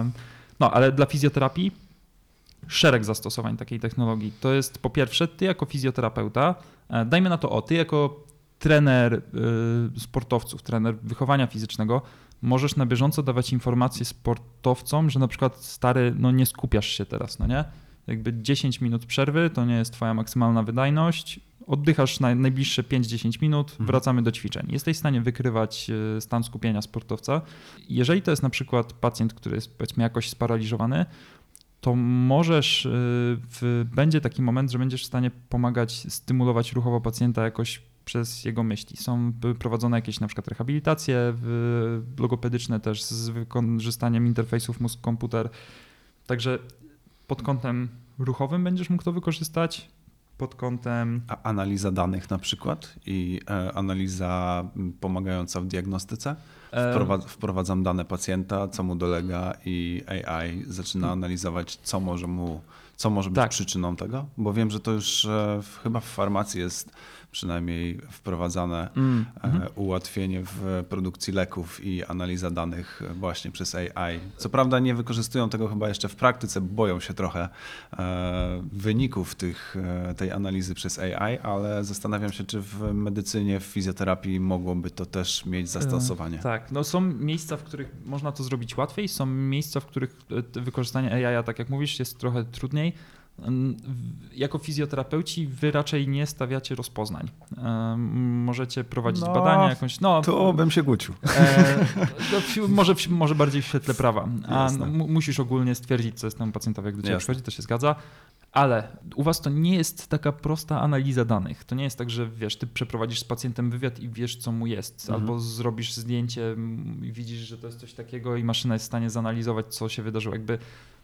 No ale dla fizjoterapii szereg zastosowań takiej technologii. To jest po pierwsze ty jako fizjoterapeuta, dajmy na to o, ty jako trener y, sportowców, trener wychowania fizycznego, możesz na bieżąco dawać informacje sportowcom, że na przykład stary, no nie skupiasz się teraz, no nie? Jakby dziesięć minut przerwy to nie jest twoja maksymalna wydajność, oddychasz na najbliższe pięć do dziesięciu minut, mhm. wracamy do ćwiczeń. Jesteś w stanie wykrywać stan skupienia sportowca. Jeżeli to jest na przykład pacjent, który jest powiedzmy jakoś sparaliżowany, to możesz, w, będzie taki moment, że będziesz w stanie pomagać stymulować ruchowo pacjenta jakoś przez jego myśli. Są prowadzone jakieś na przykład rehabilitacje logopedyczne też z wykorzystaniem interfejsów mózg-komputer. Także pod kątem ruchowym będziesz mógł to wykorzystać, pod kątem...
A analiza danych na przykład i e, analiza pomagająca w diagnostyce? Wprowadz, wprowadzam dane pacjenta, co mu dolega i A I zaczyna analizować, co może mu, co może być tak. przyczyną tego? Bo wiem, że to już e, w, chyba w farmacji jest przynajmniej wprowadzane mm, e, mm. ułatwienie w produkcji leków i analiza danych właśnie przez A I. Co prawda nie wykorzystują tego chyba jeszcze w praktyce, boją się trochę e, wyników tych, e, tej analizy przez A I, ale zastanawiam się, czy w medycynie, w fizjoterapii mogłoby to też mieć zastosowanie.
E, tak, no są miejsca, w których można to zrobić łatwiej, są miejsca, w których wykorzystanie A I, tak jak mówisz, jest trochę trudniej. Jako fizjoterapeuci wy raczej nie stawiacie rozpoznań. Możecie prowadzić
no,
badania jakąś... No,
to bym się gucił.
E, no, może, może bardziej w świetle prawa. A no, musisz ogólnie stwierdzić, co jest temu pacjentowi, jak do ciebie przychodzi, to się zgadza. Ale u was to nie jest taka prosta analiza danych. To nie jest tak, że wiesz, ty przeprowadzisz z pacjentem wywiad i wiesz, co mu jest. Mhm. Albo zrobisz zdjęcie i widzisz, że to jest coś takiego i maszyna jest w stanie zanalizować, co się wydarzyło. Jakby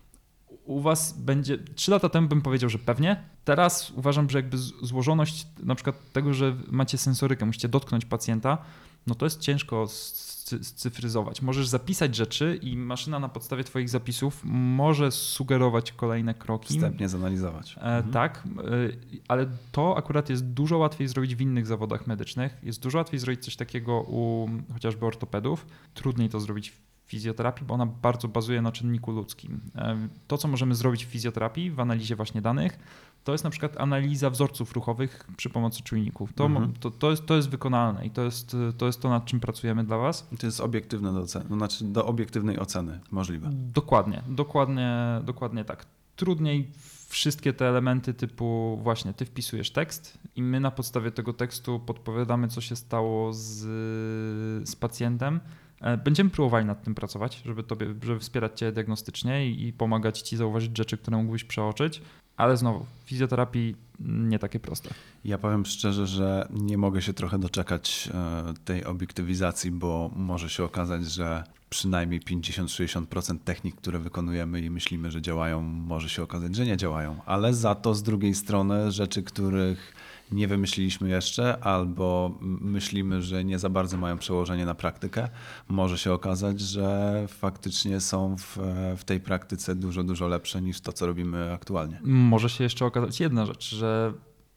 u was będzie, trzy lata temu bym powiedział, że pewnie. Teraz uważam, że jakby złożoność na przykład tego, że macie sensorykę, musicie dotknąć pacjenta, no to jest ciężko scyfryzować. Możesz zapisać rzeczy i maszyna na podstawie twoich zapisów może sugerować kolejne kroki.
Wstępnie zanalizować.
E, mhm. Tak, ale to akurat jest dużo łatwiej zrobić w innych zawodach medycznych. Jest dużo łatwiej zrobić coś takiego u chociażby ortopedów. Trudniej to zrobić w fizjoterapii, bo ona bardzo bazuje na czynniku ludzkim. To, co możemy zrobić w fizjoterapii, w analizie właśnie danych, to jest na przykład analiza wzorców ruchowych przy pomocy czujników. To, mhm. to, to, jest, to jest wykonalne i to jest, to jest to, nad czym pracujemy dla was.
To jest obiektywne do oceny, znaczy do obiektywnej oceny możliwe.
Dokładnie, dokładnie, dokładnie tak. Trudniej wszystkie te elementy typu właśnie ty wpisujesz tekst i my na podstawie tego tekstu podpowiadamy, co się stało z, z pacjentem. Będziemy próbowali nad tym pracować, żeby, tobie, żeby wspierać cię diagnostycznie i, i pomagać ci zauważyć rzeczy, które mógłbyś przeoczyć, ale znowu w fizjoterapii nie takie proste.
Ja powiem szczerze, że nie mogę się trochę doczekać tej obiektywizacji, bo może się okazać, że przynajmniej pięćdziesiąt do sześćdziesięciu procent technik, które wykonujemy i myślimy, że działają, może się okazać, że nie działają, ale za to z drugiej strony rzeczy, których nie wymyśliliśmy jeszcze albo myślimy, że nie za bardzo mają przełożenie na praktykę, może się okazać, że faktycznie są w, w tej praktyce dużo, dużo lepsze niż to, co robimy aktualnie.
Może się jeszcze okazać jedna rzecz, że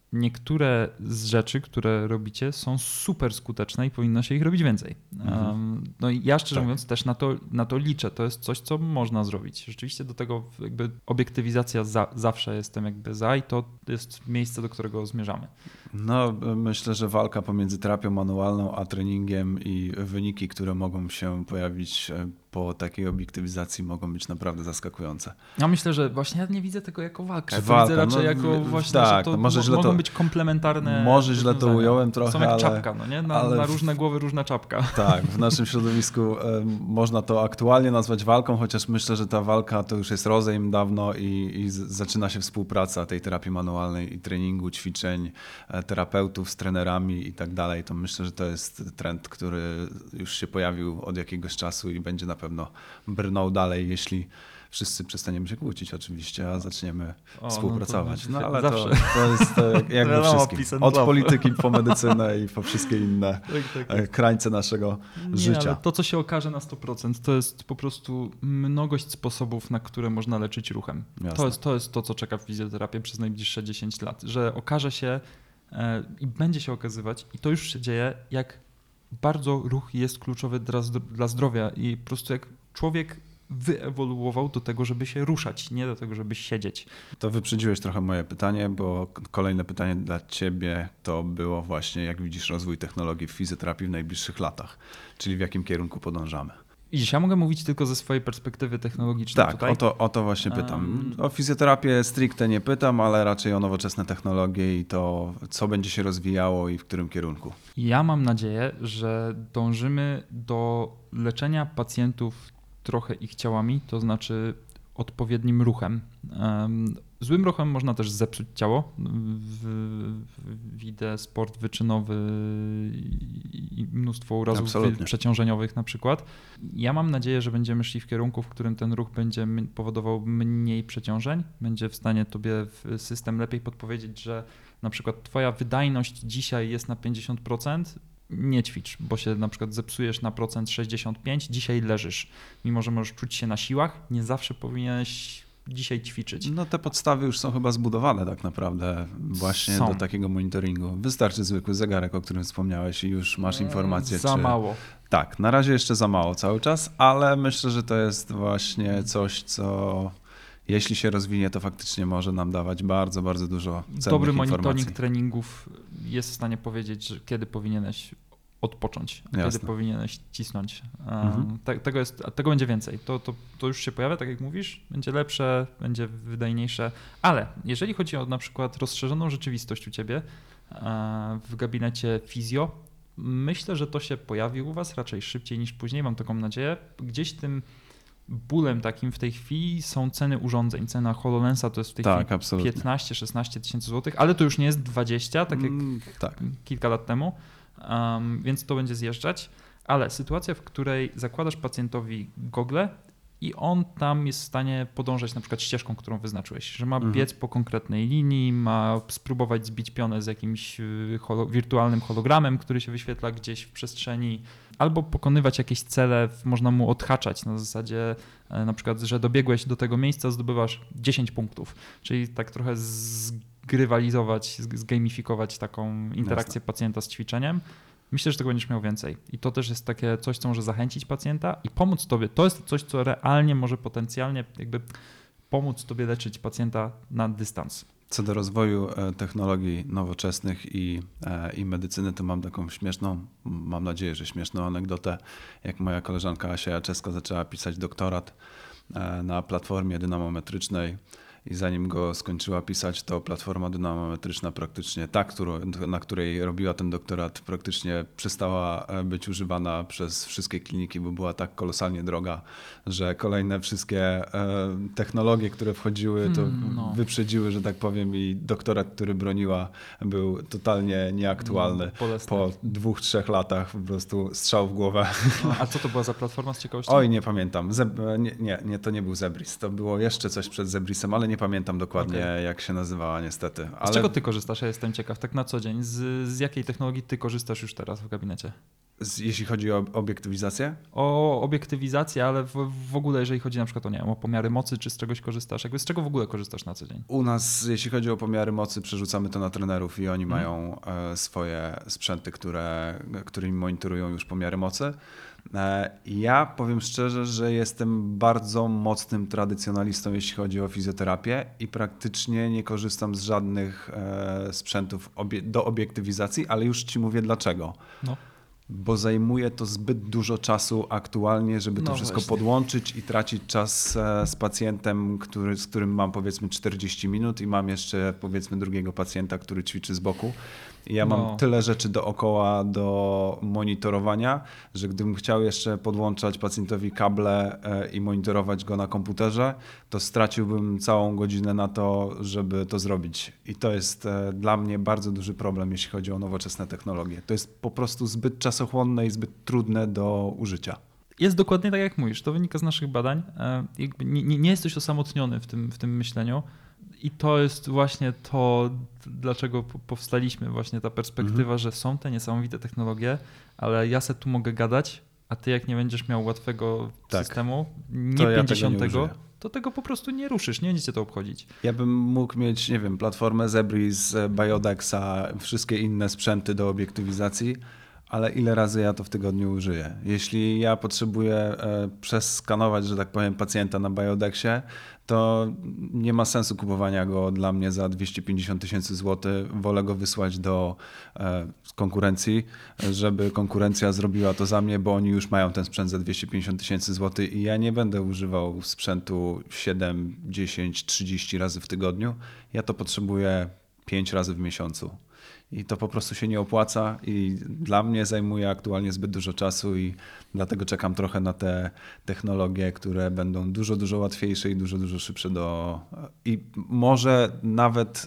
niektóre z rzeczy, które robicie, są super skuteczne i powinno się ich robić więcej.
Mhm.
Um, no i ja szczerze
Tak.
mówiąc też na to, na to liczę. To jest coś, co można zrobić. Rzeczywiście do tego jakby obiektywizacja za, zawsze jestem jakby za i to jest miejsce, do którego zmierzamy.
No, myślę, że walka pomiędzy terapią manualną a treningiem i wyniki, które mogą się pojawić po takiej obiektywizacji, mogą być naprawdę zaskakujące.
Ja myślę, że właśnie ja nie widzę tego jako walkę. Ja to
Walka,
widzę raczej
no,
jako właśnie,
tak,
że to
no może
mo-
źle
mogą
to-
być komplementarne.
Może źle to
rozwiązania.
ująłem trochę,
Są jak
ale-
czapka, no nie? Na,
ale
na
w-
różne głowy różna czapka.
Tak, w naszym środowisku em, można to aktualnie nazwać walką, chociaż myślę, że ta walka to już jest rozejm dawno i, i z, zaczyna się współpraca tej terapii manualnej i treningu, ćwiczeń, e, terapeutów z trenerami i tak dalej. To myślę, że to jest trend, który już się pojawił od jakiegoś czasu i będzie na pewno brnął dalej, jeśli wszyscy przestaniemy się kłócić oczywiście, a zaczniemy
O,
współpracować.
no
No,
to
ale to,
zawsze.
to jest to jak, jak
To
we
wiadomo,
wszystkim.
peace and
Od
love.
polityki po medycynę i po wszystkie inne
Tak, tak.
e, krańce naszego
Nie,
życia.
ale to, co się okaże na sto procent, to jest po prostu mnogość sposobów, na które można leczyć ruchem.
Jasne.
To jest, to jest to, co czeka w fizjoterapię przez najbliższe dziesięć lat, że okaże się e, i będzie się okazywać, i to już się dzieje, jak bardzo ruch jest kluczowy dla, zdro- dla zdrowia i po prostu jak człowiek wyewoluował do tego, żeby się ruszać, nie do tego, żeby siedzieć.
To wyprzedziłeś trochę moje pytanie, bo k- kolejne pytanie dla ciebie to było właśnie, jak widzisz rozwój technologii w fizjoterapii w najbliższych latach, czyli w jakim kierunku podążamy.
I ja mogę mówić tylko ze swojej perspektywy technologicznej
Tak,
tutaj.
o to, o to właśnie pytam.
Um,
O fizjoterapię stricte nie pytam, ale raczej o nowoczesne technologie i to, co będzie się rozwijało i w którym kierunku.
Ja mam nadzieję, że dążymy do leczenia pacjentów trochę ich ciałami, to znaczy odpowiednim ruchem. Em, Złym ruchem można też zepsuć ciało. W, w, widzę sport wyczynowy i mnóstwo urazów
Absolutnie.
przeciążeniowych na przykład. Ja mam nadzieję, że będziemy szli w kierunku, w którym ten ruch będzie m- powodował mniej przeciążeń, będzie w stanie tobie w- system lepiej podpowiedzieć, że na przykład twoja wydajność dzisiaj jest na pięćdziesiąt procent, nie ćwicz, bo się na przykład zepsujesz na procent sześćdziesiąt pięć, dzisiaj leżysz. Mimo że możesz czuć się na siłach, nie zawsze powinieneś dzisiaj ćwiczyć.
No te podstawy już są chyba zbudowane tak naprawdę właśnie
Są.
do takiego monitoringu. Wystarczy zwykły zegarek, o którym wspomniałeś i już masz informację,
Za
czy...
mało.
Tak, na razie jeszcze za mało cały czas, ale myślę, że to jest właśnie coś, co jeśli się rozwinie, to faktycznie może nam dawać bardzo, bardzo dużo cennych
Dobry
informacji.
monitoring treningów jest w stanie powiedzieć, że kiedy powinieneś odpocząć, a
Jasne.
kiedy powinieneś cisnąć.
Mhm.
Te, tego, jest, a tego będzie więcej. To, to, to już się pojawia, tak jak mówisz, będzie lepsze, będzie wydajniejsze, ale jeżeli chodzi o na przykład rozszerzoną rzeczywistość u ciebie e, w gabinecie fizjo, myślę, że to się pojawi u was raczej szybciej niż później, mam taką nadzieję. Gdzieś tym bólem takim w tej chwili są ceny urządzeń. Cena HoloLensa to jest w tej
Tak,
chwili
absolutnie.
piętnaście szesnaście tysięcy złotych, ale to już nie jest dwadzieścia, tak jak
Mm, tak.
kilka lat temu, um, więc to będzie zjeżdżać. Ale sytuacja, w której zakładasz pacjentowi gogle i on tam jest w stanie podążać na przykład ścieżką, którą wyznaczyłeś, że ma
Mhm.
biec po konkretnej linii, ma spróbować zbić pionę z jakimś y, holo, wirtualnym hologramem, który się wyświetla gdzieś w przestrzeni, albo pokonywać jakieś cele, w- można mu odhaczać na zasadzie e, na przykład, że dobiegłeś do tego miejsca, zdobywasz dziesięć punktów, czyli tak trochę zgrywalizować, z- zgamifikować taką interakcję pacjenta z ćwiczeniem. Myślę, że tego będziesz miał więcej. I to też jest takie coś, co może zachęcić pacjenta i pomóc tobie. To jest coś, co realnie może potencjalnie jakby pomóc tobie leczyć pacjenta na dystans.
Co do rozwoju e, technologii nowoczesnych i, e, i medycyny, to mam taką śmieszną, mam nadzieję, że śmieszną anegdotę, jak moja koleżanka Asia Jaczewska zaczęła pisać doktorat e, na platformie dynamometrycznej i zanim go skończyła pisać, to platforma dynamometryczna praktycznie, ta, którą, na której robiła ten doktorat, praktycznie przestała być używana przez wszystkie kliniki, bo była tak kolosalnie droga, że kolejne wszystkie e, technologie, które wchodziły, to
Hmm, no.
wyprzedziły, że tak powiem, i doktorat, który broniła, był totalnie nieaktualny.
Bolesne.
Po dwóch, trzech latach po prostu strzał w głowę.
No, a co to była za platforma z ciekawości?
Oj, nie pamiętam. Zeb- nie, nie, nie, to nie był Zebris. To było jeszcze coś przed Zebrisem, ale nie pamiętam dokładnie,
Okej.
jak się nazywała niestety. Ale
Z czego ty korzystasz? Ja jestem ciekaw, tak na co dzień. Z, z jakiej technologii ty korzystasz już teraz w gabinecie?
Z, jeśli chodzi o obiektywizację?
O obiektywizację, ale w, w ogóle jeżeli chodzi na przykład o, nie wiem, o pomiary mocy, czy z czegoś korzystasz? Jakby z czego w ogóle korzystasz na co dzień?
U nas, jeśli chodzi o pomiary mocy, przerzucamy to na trenerów i oni
Mhm.
mają e, swoje sprzęty, które, którymi monitorują już pomiary mocy. E, ja powiem szczerze, że jestem bardzo mocnym tradycjonalistą, jeśli chodzi o fizjoterapię i praktycznie nie korzystam z żadnych e, sprzętów obie- do obiektywizacji, ale już ci mówię dlaczego.
No.
Bo zajmuje to zbyt dużo czasu aktualnie, żeby to
No
wszystko
właśnie.
podłączyć i tracić czas e, z pacjentem, który, z którym mam powiedzmy czterdzieści minut i mam jeszcze powiedzmy drugiego pacjenta, który ćwiczy z boku. I ja
No.
mam tyle rzeczy dookoła do monitorowania, że gdybym chciał jeszcze podłączać pacjentowi kable e, i monitorować go na komputerze, to straciłbym całą godzinę na to, żeby to zrobić. I to jest e, dla mnie bardzo duży problem, jeśli chodzi o nowoczesne technologie. To jest po prostu zbyt czasochłonne i zbyt trudne do użycia.
Jest dokładnie tak, jak mówisz. To wynika z naszych badań. E, Jakby nie, nie nie jesteś osamotniony w tym, w tym myśleniu. I to jest właśnie to, dlaczego po- powstaliśmy, właśnie ta perspektywa,
Mhm.
że są te niesamowite technologie, ale ja se tu mogę gadać, a ty jak nie będziesz miał łatwego
Tak.
systemu, nie
To ja tego nie
pięćdziesiątego,
użyję.
to tego po prostu nie ruszysz, nie będzie cię to obchodzić.
Ja bym mógł mieć, nie wiem, platformę Zebris, Biodexa, wszystkie inne sprzęty do obiektywizacji, ale ile razy ja to w tygodniu użyję? Jeśli ja potrzebuję e, przeskanować, że tak powiem, pacjenta na Biodexie, to nie ma sensu kupowania go dla mnie za dwieście pięćdziesiąt tysięcy złotych. Wolę go wysłać do e, konkurencji, żeby konkurencja zrobiła to za mnie, bo oni już mają ten sprzęt za dwieście pięćdziesiąt tysięcy złotych i ja nie będę używał sprzętu siedem, dziesięć, trzydzieści razy w tygodniu. Ja to potrzebuję pięć razy w miesiącu. I to po prostu się nie opłaca i dla mnie zajmuje aktualnie zbyt dużo czasu i dlatego czekam trochę na te technologie, które będą dużo, dużo łatwiejsze i dużo, dużo szybsze do i może nawet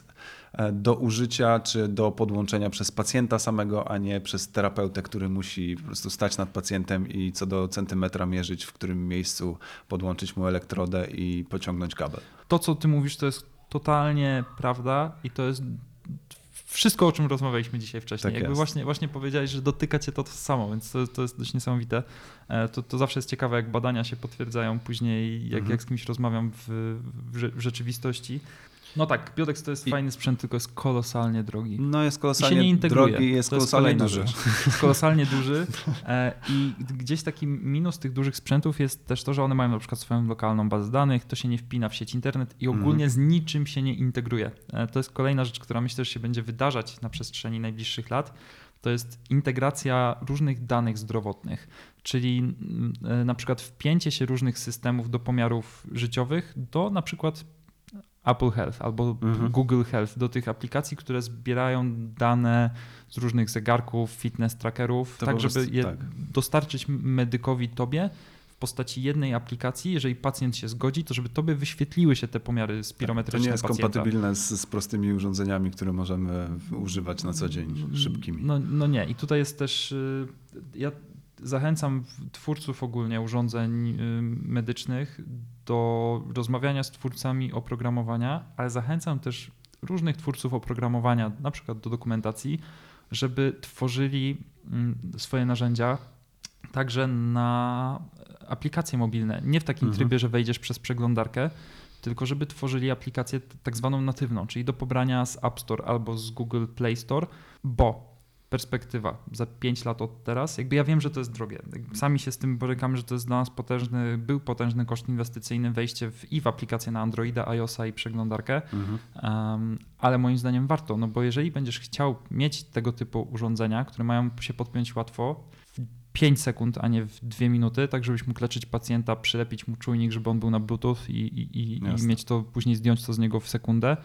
do użycia czy do podłączenia przez pacjenta samego, a nie przez terapeutę, który musi po prostu stać nad pacjentem i co do centymetra mierzyć, w którym miejscu podłączyć mu elektrodę i pociągnąć kabel.
To, co ty mówisz, to jest totalnie prawda i to jest wszystko, o czym rozmawialiśmy dzisiaj wcześniej.
Tak
Jakby
jest.
właśnie, właśnie powiedziałeś, że dotyka cię to, to samo, więc to, to jest dość niesamowite. E, To, to zawsze jest ciekawe, jak badania się potwierdzają później, jak,
Mhm.
jak z kimś rozmawiam w, w, rze- w rzeczywistości. No tak, Biodex to jest
I-
fajny sprzęt, tylko jest kolosalnie drogi.
No jest
I się
kolosalnie
nie integruje.
drogi, jest
To jest
kolosalnie
kolejna
duży.
rzecz. Jest kolosalnie duży e, i gdzieś taki minus tych dużych sprzętów jest też to, że one mają na przykład swoją lokalną bazę danych, to się nie wpina w sieć internet i ogólnie z niczym się nie integruje. E, To jest kolejna rzecz, która myślę, że się będzie wydarzać na przestrzeni najbliższych lat. To jest integracja różnych danych zdrowotnych, czyli mm, e, na przykład wpięcie się różnych systemów do pomiarów życiowych do na przykład Apple Health albo
Mhm.
Google Health, do tych aplikacji, które zbierają dane z różnych zegarków, fitness trackerów,
To
tak
po
żeby
prostu-
je
tak.
dostarczyć medykowi tobie w postaci jednej aplikacji. Jeżeli pacjent się zgodzi, to żeby tobie wyświetliły się te pomiary
To nie
spirometryczne
jest
pacjenta.
kompatybilne z, z prostymi urządzeniami, które możemy używać na co dzień, szybkimi.
No, no nie. I tutaj jest też, y, ja zachęcam twórców ogólnie urządzeń y, medycznych do rozmawiania z twórcami oprogramowania, ale zachęcam też różnych twórców oprogramowania, na przykład do dokumentacji, żeby tworzyli mm, swoje narzędzia także na aplikacje mobilne. Nie w takim
Mhm.
trybie, że wejdziesz przez przeglądarkę, tylko żeby tworzyli aplikację t- tak zwaną natywną, czyli do pobrania z App Store albo z Google Play Store, bo perspektywa za pięć lat od teraz, jakby ja wiem, że to jest drogie. Jakby sami się z tym borykamy, że to jest dla nas potężny, był potężny koszt inwestycyjny wejście w, i w aplikację na Androida, iOS-a i przeglądarkę,
Mhm.
um, ale moim zdaniem warto, no bo jeżeli będziesz chciał mieć tego typu urządzenia, które mają się podpiąć łatwo, w pięć sekund, a nie w dwie minuty, tak żebyś mógł leczyć pacjenta, przylepić mu czujnik, żeby on był na Bluetooth i, i, i, i
Jasne.
mieć to, później zdjąć to z niego w sekundę,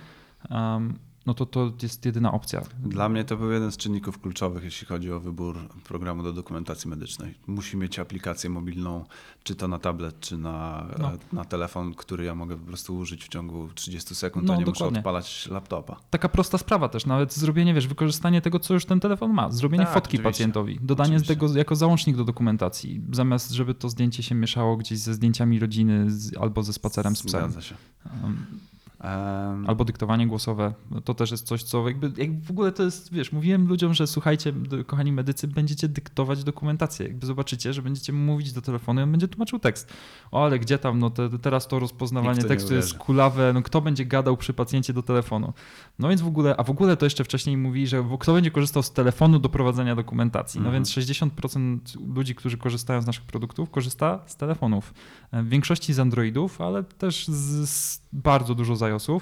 um, no to to jest jedyna opcja.
Dla mnie to był jeden z czynników kluczowych, jeśli chodzi o wybór programu do dokumentacji medycznej. Musi mieć aplikację mobilną, czy to na tablet, czy na,
No.
na telefon, który ja mogę po prostu użyć w ciągu trzydziestu sekund,
No,
a nie
dokładnie.
muszę odpalać laptopa.
Taka prosta sprawa też, nawet zrobienie, wiesz, wykorzystanie tego, co już ten telefon ma, zrobienie
Tak,
fotki
oczywiście.
pacjentowi, dodanie
Oczywiście.
tego jako załącznik do dokumentacji, zamiast żeby to zdjęcie się mieszało gdzieś ze zdjęciami rodziny z, albo ze spacerem z psem.
Zgadza się.
Um,
Um,
Albo dyktowanie głosowe, to też jest coś, co jakby, jakby w ogóle to jest, wiesz, mówiłem ludziom, że słuchajcie, kochani medycy, będziecie dyktować dokumentację, jakby zobaczycie, że będziecie mówić do telefonu i on będzie tłumaczył tekst. O, ale gdzie tam, no te, teraz to rozpoznawanie tekstu jest kulawe, no kto będzie gadał przy pacjencie do telefonu. No więc w ogóle, a w ogóle to jeszcze wcześniej mówi, że kto będzie korzystał z telefonu do prowadzenia dokumentacji. No
mhm.
więc sześćdziesiąt procent ludzi, którzy korzystają z naszych produktów, korzysta z telefonów. W większości z Androidów, ale też z, z bardzo dużo z iOSów.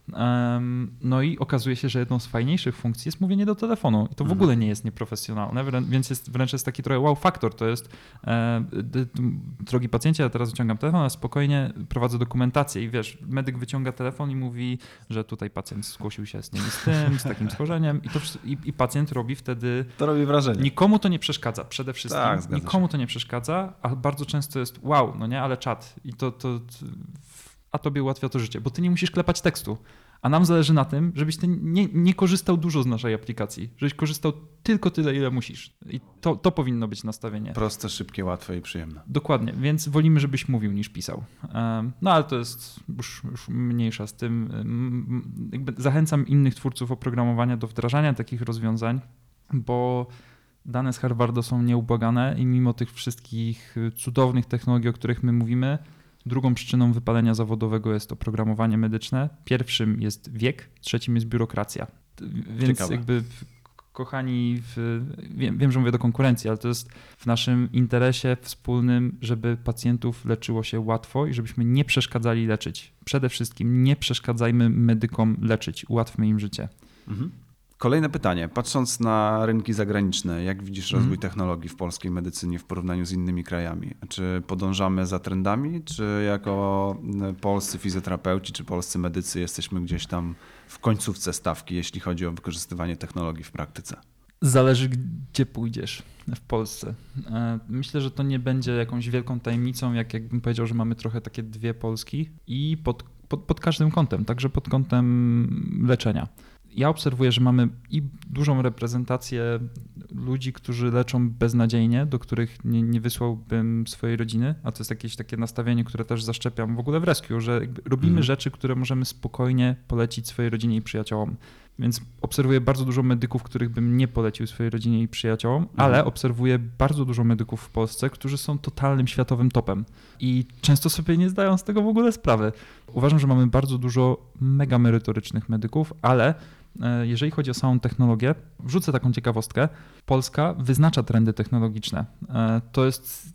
Um, no i okazuje się, że jedną z fajniejszych funkcji jest mówienie do telefonu. I to w
mhm.
ogóle nie jest nieprofesjonalne, wrę- więc jest, wręcz jest taki trochę wow faktor. To jest, e, d, d, drogi pacjencie, ja teraz wyciągam telefon, a spokojnie prowadzę dokumentację i wiesz, medyk wyciąga telefon i mówi, że tutaj pacjent zgłosił się z tym i z tym, z takim schorzeniem i, to, i, i pacjent robi wtedy...
To robi wrażenie.
Nikomu to nie przeszkadza, przede wszystkim.
Tak,
nikomu
się.
to nie przeszkadza, a bardzo często jest wow, no nie, ale czat. I to, to, to a tobie ułatwia to życie, bo ty nie musisz klepać tekstu. A nam zależy na tym, żebyś ty nie, nie korzystał dużo z naszej aplikacji, żebyś korzystał tylko tyle, ile musisz. I to, to powinno być nastawienie.
Proste, szybkie, łatwe i przyjemne.
Dokładnie, więc wolimy, żebyś mówił niż pisał. No ale to jest już, już mniejsza z tym. Jakby zachęcam innych twórców oprogramowania do wdrażania takich rozwiązań, bo dane z Harvardu są nieubłagane i mimo tych wszystkich cudownych technologii, o których my mówimy, drugą przyczyną wypalenia zawodowego jest oprogramowanie medyczne. Pierwszym jest wiek, trzecim jest biurokracja. Więc
Ciekawe.
jakby kochani, w, wiem, wiem, że mówię do konkurencji, ale to jest w naszym interesie wspólnym, żeby pacjentów leczyło się łatwo i żebyśmy nie przeszkadzali leczyć. Przede wszystkim nie przeszkadzajmy medykom leczyć, ułatwmy im życie.
Mhm. Kolejne pytanie. Patrząc na rynki zagraniczne, jak widzisz rozwój
Mhm.
technologii w polskiej medycynie w porównaniu z innymi krajami? Czy podążamy za trendami, czy jako polscy fizjoterapeuci, czy polscy medycy jesteśmy gdzieś tam w końcówce stawki, jeśli chodzi o wykorzystywanie technologii w praktyce?
Zależy, gdzie pójdziesz w Polsce. Myślę, że to nie będzie jakąś wielką tajemnicą, jak jakbym powiedział, że mamy trochę takie dwie Polski i pod, pod, pod każdym kątem, także pod kątem leczenia. Ja obserwuję, że mamy i dużą reprezentację ludzi, którzy leczą beznadziejnie, do których nie, nie wysłałbym swojej rodziny, a to jest jakieś takie nastawienie, które też zaszczepiam w ogóle w Rescue, że robimy mhm. rzeczy, które możemy spokojnie polecić swojej rodzinie i przyjaciołom. Więc obserwuję bardzo dużo medyków, których bym nie polecił swojej rodzinie i przyjaciołom, mhm. ale obserwuję bardzo dużo medyków w Polsce, którzy są totalnym światowym topem i często sobie nie zdają z tego w ogóle sprawy. Uważam, że mamy bardzo dużo mega merytorycznych medyków, ale jeżeli chodzi o samą technologię, wrzucę taką ciekawostkę. Polska wyznacza trendy technologiczne. To jest,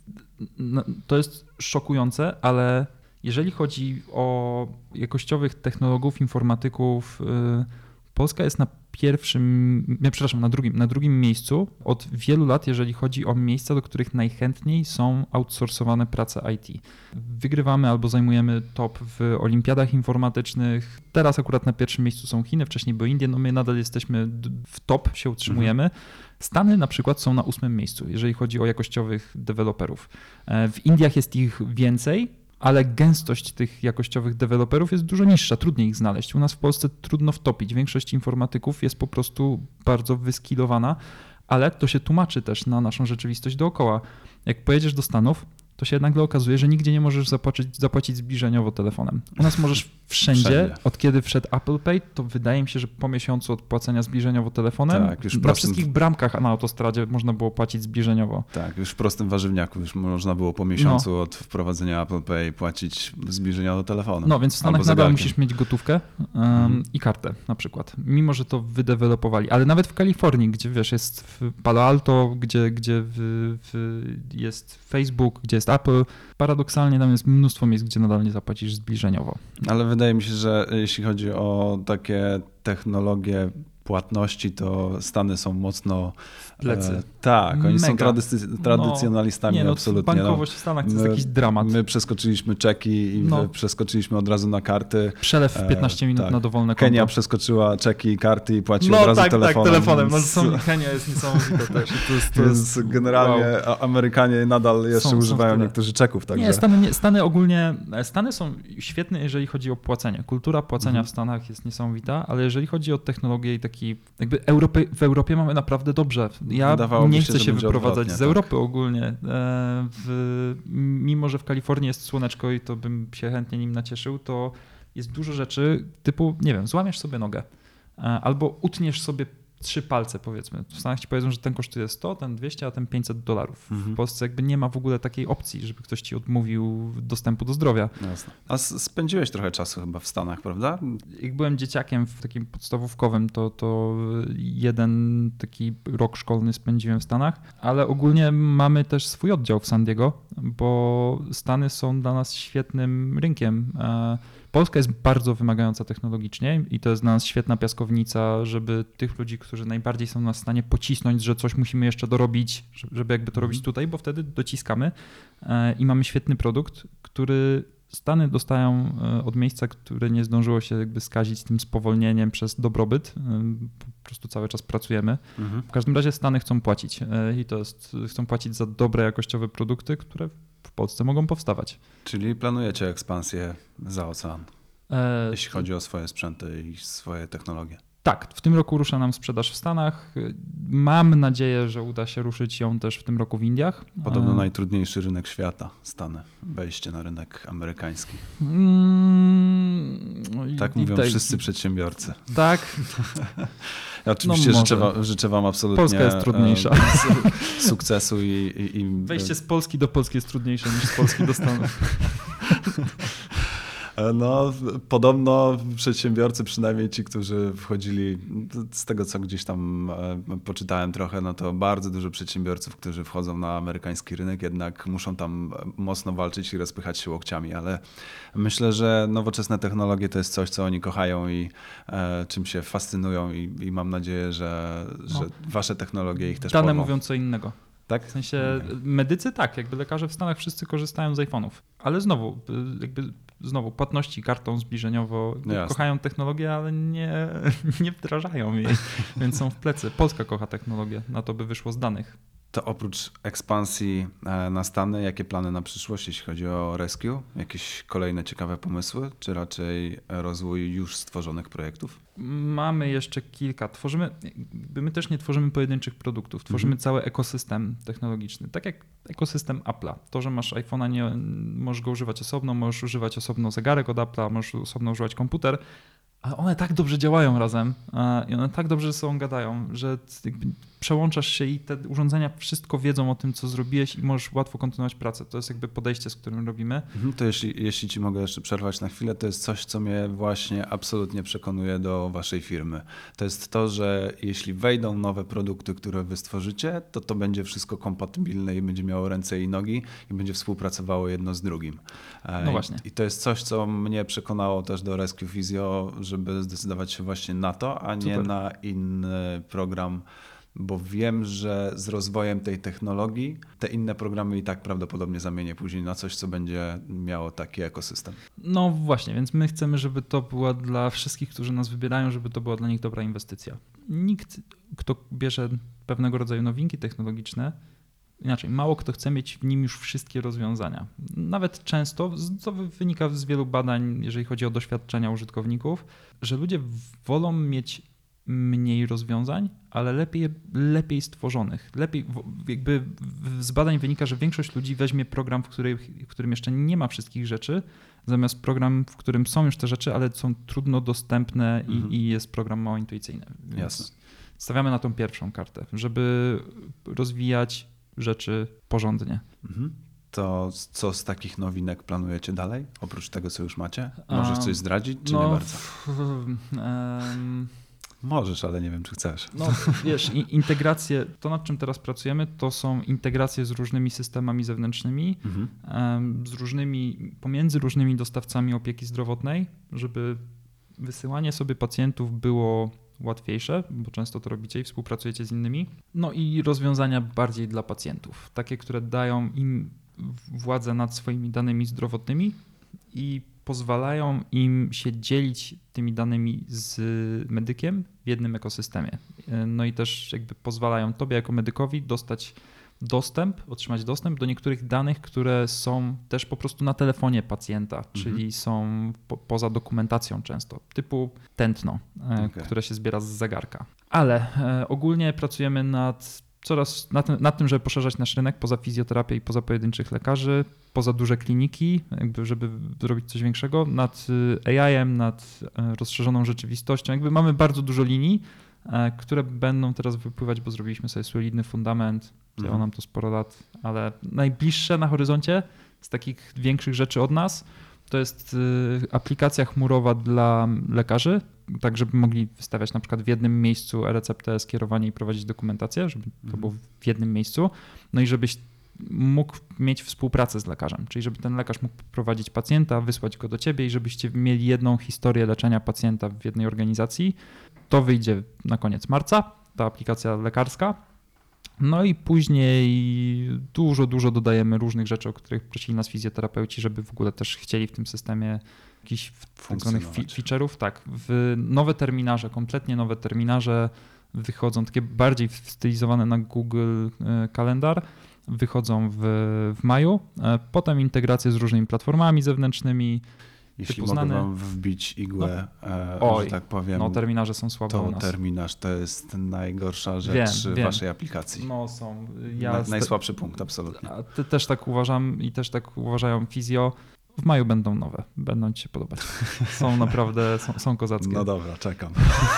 to jest szokujące, ale jeżeli chodzi o jakościowych technologów, informatyków, Polska jest na pierwszym, nie, przepraszam, na drugim, na drugim miejscu od wielu lat, jeżeli chodzi o miejsca, do których najchętniej są outsourcowane prace I T. Wygrywamy albo zajmujemy top w olimpiadach informatycznych. Teraz akurat na pierwszym miejscu są Chiny, wcześniej były Indie, no my nadal jesteśmy w top, się utrzymujemy. Mhm. Stany na przykład są na ósmym miejscu, jeżeli chodzi o jakościowych deweloperów. W Indiach jest ich więcej, ale gęstość tych jakościowych deweloperów jest dużo niższa, trudniej ich znaleźć. U nas w Polsce trudno wtopić. Większość informatyków jest po prostu bardzo wyskillowana, ale to się tłumaczy też na naszą rzeczywistość dookoła. Jak pojedziesz do Stanów, to się nagle okazuje, że nigdzie nie możesz zapłacić, zapłacić zbliżeniowo telefonem. U nas możesz wszędzie, wszędzie. Od kiedy wszedł Apple Pay, to wydaje mi się, że po miesiącu od płacenia zbliżeniowo telefonem,
tak, już
na
prostym...
wszystkich bramkach na autostradzie można było płacić zbliżeniowo.
Tak, już w prostym warzywniaku już można było po miesiącu no. od wprowadzenia Apple Pay płacić zbliżeniowo telefonem.
No więc w Stanach nadal musisz mieć gotówkę um, mhm. i kartę na przykład, mimo że to wydewelopowali. Ale nawet w Kalifornii, gdzie wiesz, jest w Palo Alto, gdzie, gdzie w, w jest Facebook, gdzie jest Apple, paradoksalnie tam jest mnóstwo miejsc, gdzie nadal nie zapłacisz zbliżeniowo.
Ale wydaje mi się, że jeśli chodzi o takie technologie płatności, to Stany są mocno...
Plecy.
E, tak, oni
Mega.
są tradycy- tradycjonalistami,
no, nie, no,
absolutnie.
Bankowość w Stanach to jest
my,
jakiś dramat.
My przeskoczyliśmy czeki i no. przeskoczyliśmy od razu na karty.
Przelew w piętnaście minut
e, tak.
na dowolne konto.
Kenia przeskoczyła czeki i karty i płaci
no,
od razu
tak,
telefonem.
No tak, telefonem.
Więc...
No, Kenia jest niesamowita też. To jest, to
więc
jest,
generalnie
wow.
Amerykanie nadal jeszcze
są,
używają
są
niektórzy czeków. Także.
Nie, Stany, nie, Stany ogólnie, Stany są świetne, jeżeli chodzi o płacenie. Kultura płacenia mhm. w Stanach jest niesamowita, ale jeżeli chodzi o technologię i taki, jakby Europy, w Europie mamy naprawdę dobrze. Ja Wydawałoby nie chcę się, się wyprowadzać z Europy tak. ogólnie. W, mimo, że w Kalifornii jest słoneczko i to bym się chętnie nim nacieszył, to jest dużo rzeczy typu, nie wiem, złamiesz sobie nogę albo utniesz sobie trzy palce, powiedzmy. W Stanach ci powiedzą, że ten kosztuje sto, ten dwieście, a ten pięćset dolarów. Mhm. W Polsce jakby nie ma w ogóle takiej opcji, żeby ktoś ci odmówił dostępu do zdrowia.
Jasne. A spędziłeś trochę czasu chyba w Stanach, prawda?
Jak byłem dzieciakiem w takim podstawówkowym, to, to jeden taki rok szkolny spędziłem w Stanach, ale ogólnie mamy też swój oddział w San Diego, bo Stany są dla nas świetnym rynkiem. Polska jest bardzo wymagająca technologicznie i to jest dla nas świetna piaskownica, żeby tych ludzi, którzy najbardziej są nas w stanie pocisnąć, że coś musimy jeszcze dorobić, żeby jakby to robić tutaj, bo wtedy dociskamy i mamy świetny produkt, który Stany dostają od miejsca, które nie zdążyło się jakby skazić tym spowolnieniem przez dobrobyt. Po prostu cały czas pracujemy. Mhm. W każdym razie Stany chcą płacić i to jest, chcą płacić za dobre, jakościowe produkty, które w Polsce mogą powstawać.
Czyli planujecie ekspansję za ocean, e... jeśli chodzi o swoje sprzęty i swoje technologie.
Tak, w tym roku rusza nam sprzedaż w Stanach. Mam nadzieję, że uda się ruszyć ją też w tym roku w Indiach.
Podobno najtrudniejszy rynek świata, Stany, wejście na rynek amerykański.
Mm,
tak mówią tutaj wszyscy przedsiębiorcy.
Tak.
Ja oczywiście no życzę, wam, życzę wam absolutnie
Polska jest trudniejsza.
sukcesu i, i, i...
Wejście z Polski do Polski jest trudniejsze niż z Polski do Stanów.
No, podobno przedsiębiorcy, przynajmniej ci, którzy wchodzili, z tego co gdzieś tam poczytałem trochę, no to bardzo dużo przedsiębiorców, którzy wchodzą na amerykański rynek, jednak muszą tam mocno walczyć i rozpychać się łokciami, ale myślę, że nowoczesne technologie to jest coś, co oni kochają i e, czym się fascynują i, i mam nadzieję, że, że no. wasze technologie ich też
Dane
porwą.
mówią co innego.
Tak?
W sensie okay. medycy tak, jakby lekarze w Stanach wszyscy korzystają z iPhone'ów, ale znowu, jakby znowu płatności kartą zbliżeniowo no kochają technologię, ale nie, nie wdrażają jej, więc są w plecy. Polska kocha technologię, na to by wyszło z danych.
To oprócz ekspansji na Stany, jakie plany na przyszłość, jeśli chodzi o Rescue? Jakieś kolejne ciekawe pomysły, czy raczej rozwój już stworzonych projektów?
Mamy jeszcze kilka. Tworzymy, my też nie tworzymy pojedynczych produktów, tworzymy mhm. cały ekosystem technologiczny, tak jak ekosystem Apple'a. To, że masz iPhone'a, nie możesz go używać osobno, możesz używać osobno zegarek od Apple'a, możesz osobno używać komputer, ale one tak dobrze działają razem i one tak dobrze ze sobą gadają, że jakby przełączasz się i te urządzenia wszystko wiedzą o tym, co zrobiłeś i możesz łatwo kontynuować pracę. To jest jakby podejście, z którym robimy.
To jeśli, jeśli ci mogę jeszcze przerwać na chwilę, to jest coś, co mnie właśnie absolutnie przekonuje do waszej firmy. To jest to, że jeśli wejdą nowe produkty, które wy stworzycie, to to będzie wszystko kompatybilne i będzie miało ręce i nogi i będzie współpracowało jedno z drugim.
No właśnie.
I to jest coś, co mnie przekonało też do Rescue Physio, żeby zdecydować się właśnie na to, a nie Super. na inny program, bo wiem, że z rozwojem tej technologii te inne programy i tak prawdopodobnie zamienię później na coś, co będzie miało taki ekosystem.
No właśnie, więc my chcemy, żeby to była dla wszystkich, którzy nas wybierają, żeby to była dla nich dobra inwestycja. Nikt, kto bierze pewnego rodzaju nowinki technologiczne, inaczej, mało kto chce mieć w nim już wszystkie rozwiązania. Nawet często, co wynika z wielu badań, jeżeli chodzi o doświadczenia użytkowników, że ludzie wolą mieć mniej rozwiązań, ale lepiej, lepiej stworzonych. Lepiej, jakby z badań wynika, że większość ludzi weźmie program, w, której, w którym jeszcze nie ma wszystkich rzeczy, zamiast program, w którym są już te rzeczy, ale są trudno dostępne i, mhm. i jest program mało intuicyjny. Więc Jasne. Stawiamy na tą pierwszą kartę, żeby rozwijać rzeczy porządnie.
Mhm. To co z takich nowinek planujecie dalej? Oprócz tego, co już macie? Możesz coś zdradzić, czy no, nie bardzo? Um, Możesz, ale nie wiem, czy chcesz.
No wiesz, integracje, to nad czym teraz pracujemy, to są integracje z różnymi systemami zewnętrznymi, mhm. z różnymi, pomiędzy różnymi dostawcami opieki zdrowotnej, żeby wysyłanie sobie pacjentów było łatwiejsze, bo często to robicie i współpracujecie z innymi. No i rozwiązania bardziej dla pacjentów, takie, które dają im władzę nad swoimi danymi zdrowotnymi i pozwalają im się dzielić tymi danymi z medykiem w jednym ekosystemie. No i też jakby pozwalają tobie jako medykowi dostać dostęp, otrzymać dostęp do niektórych danych, które są też po prostu na telefonie pacjenta, mhm. czyli są po, poza dokumentacją często, typu tętno, okay. które się zbiera z zegarka. Ale e, ogólnie pracujemy nad coraz nad tym, nad tym, żeby poszerzać nasz rynek poza fizjoterapię i poza pojedynczych lekarzy, poza duże kliniki, jakby żeby zrobić coś większego, nad A I em, nad rozszerzoną rzeczywistością. Jakby mamy bardzo dużo linii, które będą teraz wypływać, bo zrobiliśmy sobie solidny fundament, zajęło
Mhm.
nam to sporo lat, ale najbliższe na horyzoncie z takich większych rzeczy od nas to jest aplikacja chmurowa dla lekarzy, tak żeby mogli wystawiać na przykład w jednym miejscu e-receptę, skierowanie i prowadzić dokumentację, żeby to
Mhm.
było w jednym miejscu, no i żebyś mógł mieć współpracę z lekarzem, czyli żeby ten lekarz mógł prowadzić pacjenta, wysłać go do ciebie i żebyście mieli jedną historię leczenia pacjenta w jednej organizacji. To wyjdzie na koniec marca, ta aplikacja lekarska. No i później dużo, dużo dodajemy różnych rzeczy, o których prosili nas fizjoterapeuci, żeby w ogóle też chcieli w tym systemie jakichś tak zwanych fi- feature'ów. Tak, w nowe terminarze, kompletnie nowe terminarze wychodzą, takie bardziej stylizowane na Google Kalendar, wychodzą w, w maju. Potem integracje z różnymi platformami zewnętrznymi.
Jeśli
typu
mogę
znane.
wam wbić igłę, e,
Oj,
że tak powiem,
No terminarze są słabe u
to
nas.
terminarz to jest najgorsza rzecz
Wiem,
w
wiem.
waszej aplikacji.
No są. Ja
Naj,
st-
najsłabszy punkt, absolutnie.
A ty też tak uważam i też tak uważają fizjo. W maju będą nowe, będą ci się podobać. Są naprawdę, są, są kozackie.
No dobra, czekam.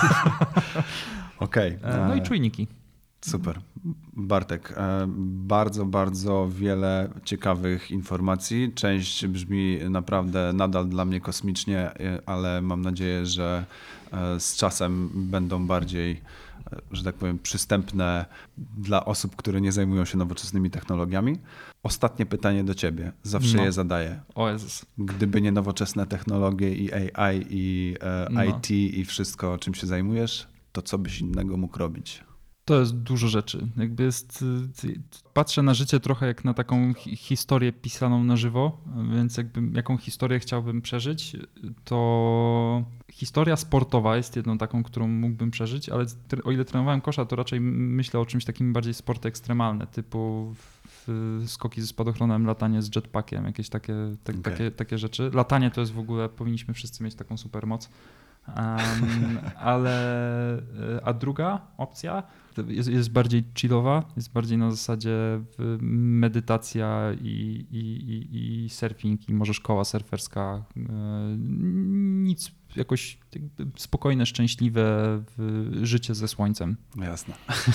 Okej.
E, No i
e,
czujniki.
Super. Bartek, e, bardzo, bardzo wiele ciekawych informacji. Część brzmi naprawdę nadal dla mnie kosmicznie, e, ale mam nadzieję, że e, z czasem będą bardziej, e, że tak powiem, przystępne dla osób, które nie zajmują się nowoczesnymi technologiami. Ostatnie pytanie do ciebie. Zawsze
No.
je zadaję.
O Jezus.
Gdyby nie nowoczesne technologie i A I i e,
No.
I T i wszystko, czym się zajmujesz, to co byś innego mógł robić?
To jest dużo rzeczy. Jakby jest, y, patrzę na życie trochę jak na taką hi- historię pisaną na żywo, więc jakby jaką historię chciałbym przeżyć, to historia sportowa jest jedną taką, którą mógłbym przeżyć, ale tre- o ile trenowałem kosza, to raczej myślę o czymś takim bardziej sporty ekstremalne, typu w- skoki ze spadochronem, latanie z jetpackiem, jakieś takie, tak,
Okej.
takie, takie rzeczy. Latanie to jest w ogóle, powinniśmy wszyscy mieć taką supermoc. Um, ale a druga opcja jest, jest bardziej chillowa, jest bardziej na zasadzie medytacja i, i, i, i surfing i może szkoła surferska. Nic, jakoś spokojne, szczęśliwe życie ze słońcem.
Jasne.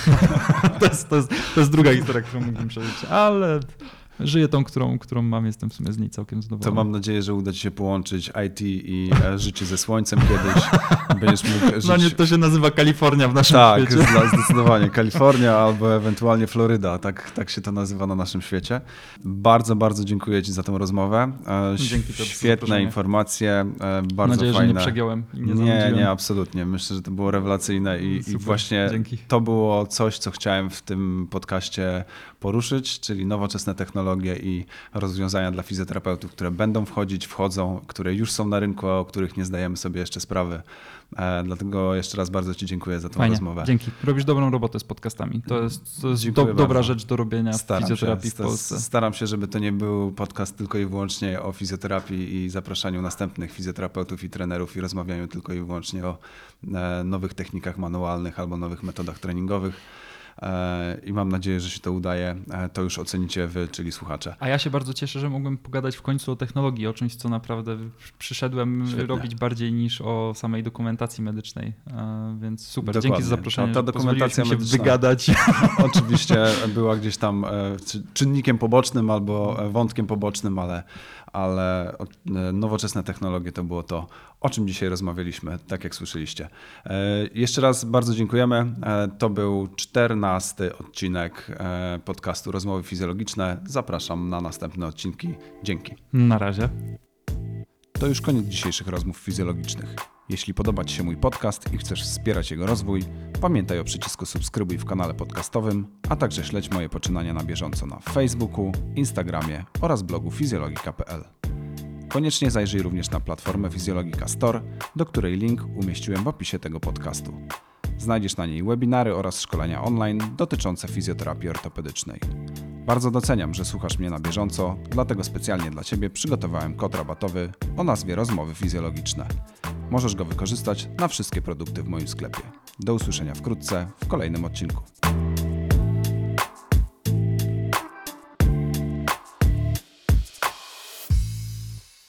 To jest, to jest, to jest druga historia, którą mógłbym przeżyć, ale żyję tą, którą, którą mam, jestem w sumie z niej całkiem zadowolony.
To mam nadzieję, że uda ci się połączyć I T i e, życie ze słońcem kiedyś. Będziesz mógł żyć...
No nie, to się nazywa Kalifornia w naszym
tak,
świecie.
Tak, zdecydowanie. Kalifornia albo ewentualnie Floryda. Tak, tak się to nazywa na naszym świecie. Bardzo, bardzo dziękuję ci za tę rozmowę. E,
Dzięki, to
Świetne
zaproszenie.
informacje, e, bardzo
Mam nadzieję,
fajne.
że nie przegiąłem i nie
Nie,
zanudziłem.
nie, absolutnie. Myślę, że to było rewelacyjne i, i
Super,
właśnie
dzięki.
to było coś, co chciałem w tym podcaście poruszyć, czyli nowoczesne technologie i rozwiązania dla fizjoterapeutów, które będą wchodzić, wchodzą, które już są na rynku, a o których nie zdajemy sobie jeszcze sprawy. E, dlatego jeszcze raz bardzo ci dziękuję za tę
Fajnie,
rozmowę.
dzięki. Robisz dobrą robotę z podcastami. To jest, to jest
Dziękuję
do, dobra
bardzo.
rzecz do robienia w
Staram
fizjoterapii
się,
w Polsce.
Staram się, żeby to nie był podcast tylko i wyłącznie o fizjoterapii i zapraszaniu następnych fizjoterapeutów i trenerów i rozmawianiu tylko i wyłącznie o e, nowych technikach manualnych albo nowych metodach treningowych. E, I mam nadzieję, że się to udaje. E, to już ocenicie wy, czyli słuchacze.
A ja się bardzo cieszę, że mogłem pogadać w końcu o technologii, o czymś, co naprawdę przyszedłem
Świetnie.
robić bardziej niż o samej dokumentacji medycznej. E, Więc super,
Dokładnie.
dzięki za zaproszenie.
Ta- ta
że
dokumentacja
pozwoliłeś mi się
medyczna.
wygadać.
Oczywiście była gdzieś tam e, czy- czynnikiem pobocznym albo e, wątkiem pobocznym, ale, ale o- e, nowoczesne technologie to było to, o czym dzisiaj rozmawialiśmy, tak jak słyszeliście. E, Jeszcze raz bardzo dziękujemy. E, To był czternasty odcinek e, podcastu Rozmowy Fizjologiczne. Zapraszam na następne odcinki. Dzięki.
Na razie.
To już koniec dzisiejszych rozmów fizjologicznych. Jeśli podoba Ci się mój podcast i chcesz wspierać jego rozwój, pamiętaj o przycisku subskrybuj w kanale podcastowym, a także śledź moje poczynania na bieżąco na Facebooku, Instagramie oraz blogu fizjologika kropka p l. Koniecznie zajrzyj również na platformę Fizjologika Store, do której link umieściłem w opisie tego podcastu. Znajdziesz na niej webinary oraz szkolenia online dotyczące fizjoterapii ortopedycznej. Bardzo doceniam, że słuchasz mnie na bieżąco, dlatego specjalnie dla Ciebie przygotowałem kod rabatowy o nazwie Rozmowy Fizjologiczne. Możesz go wykorzystać na wszystkie produkty w moim sklepie. Do usłyszenia wkrótce w kolejnym odcinku.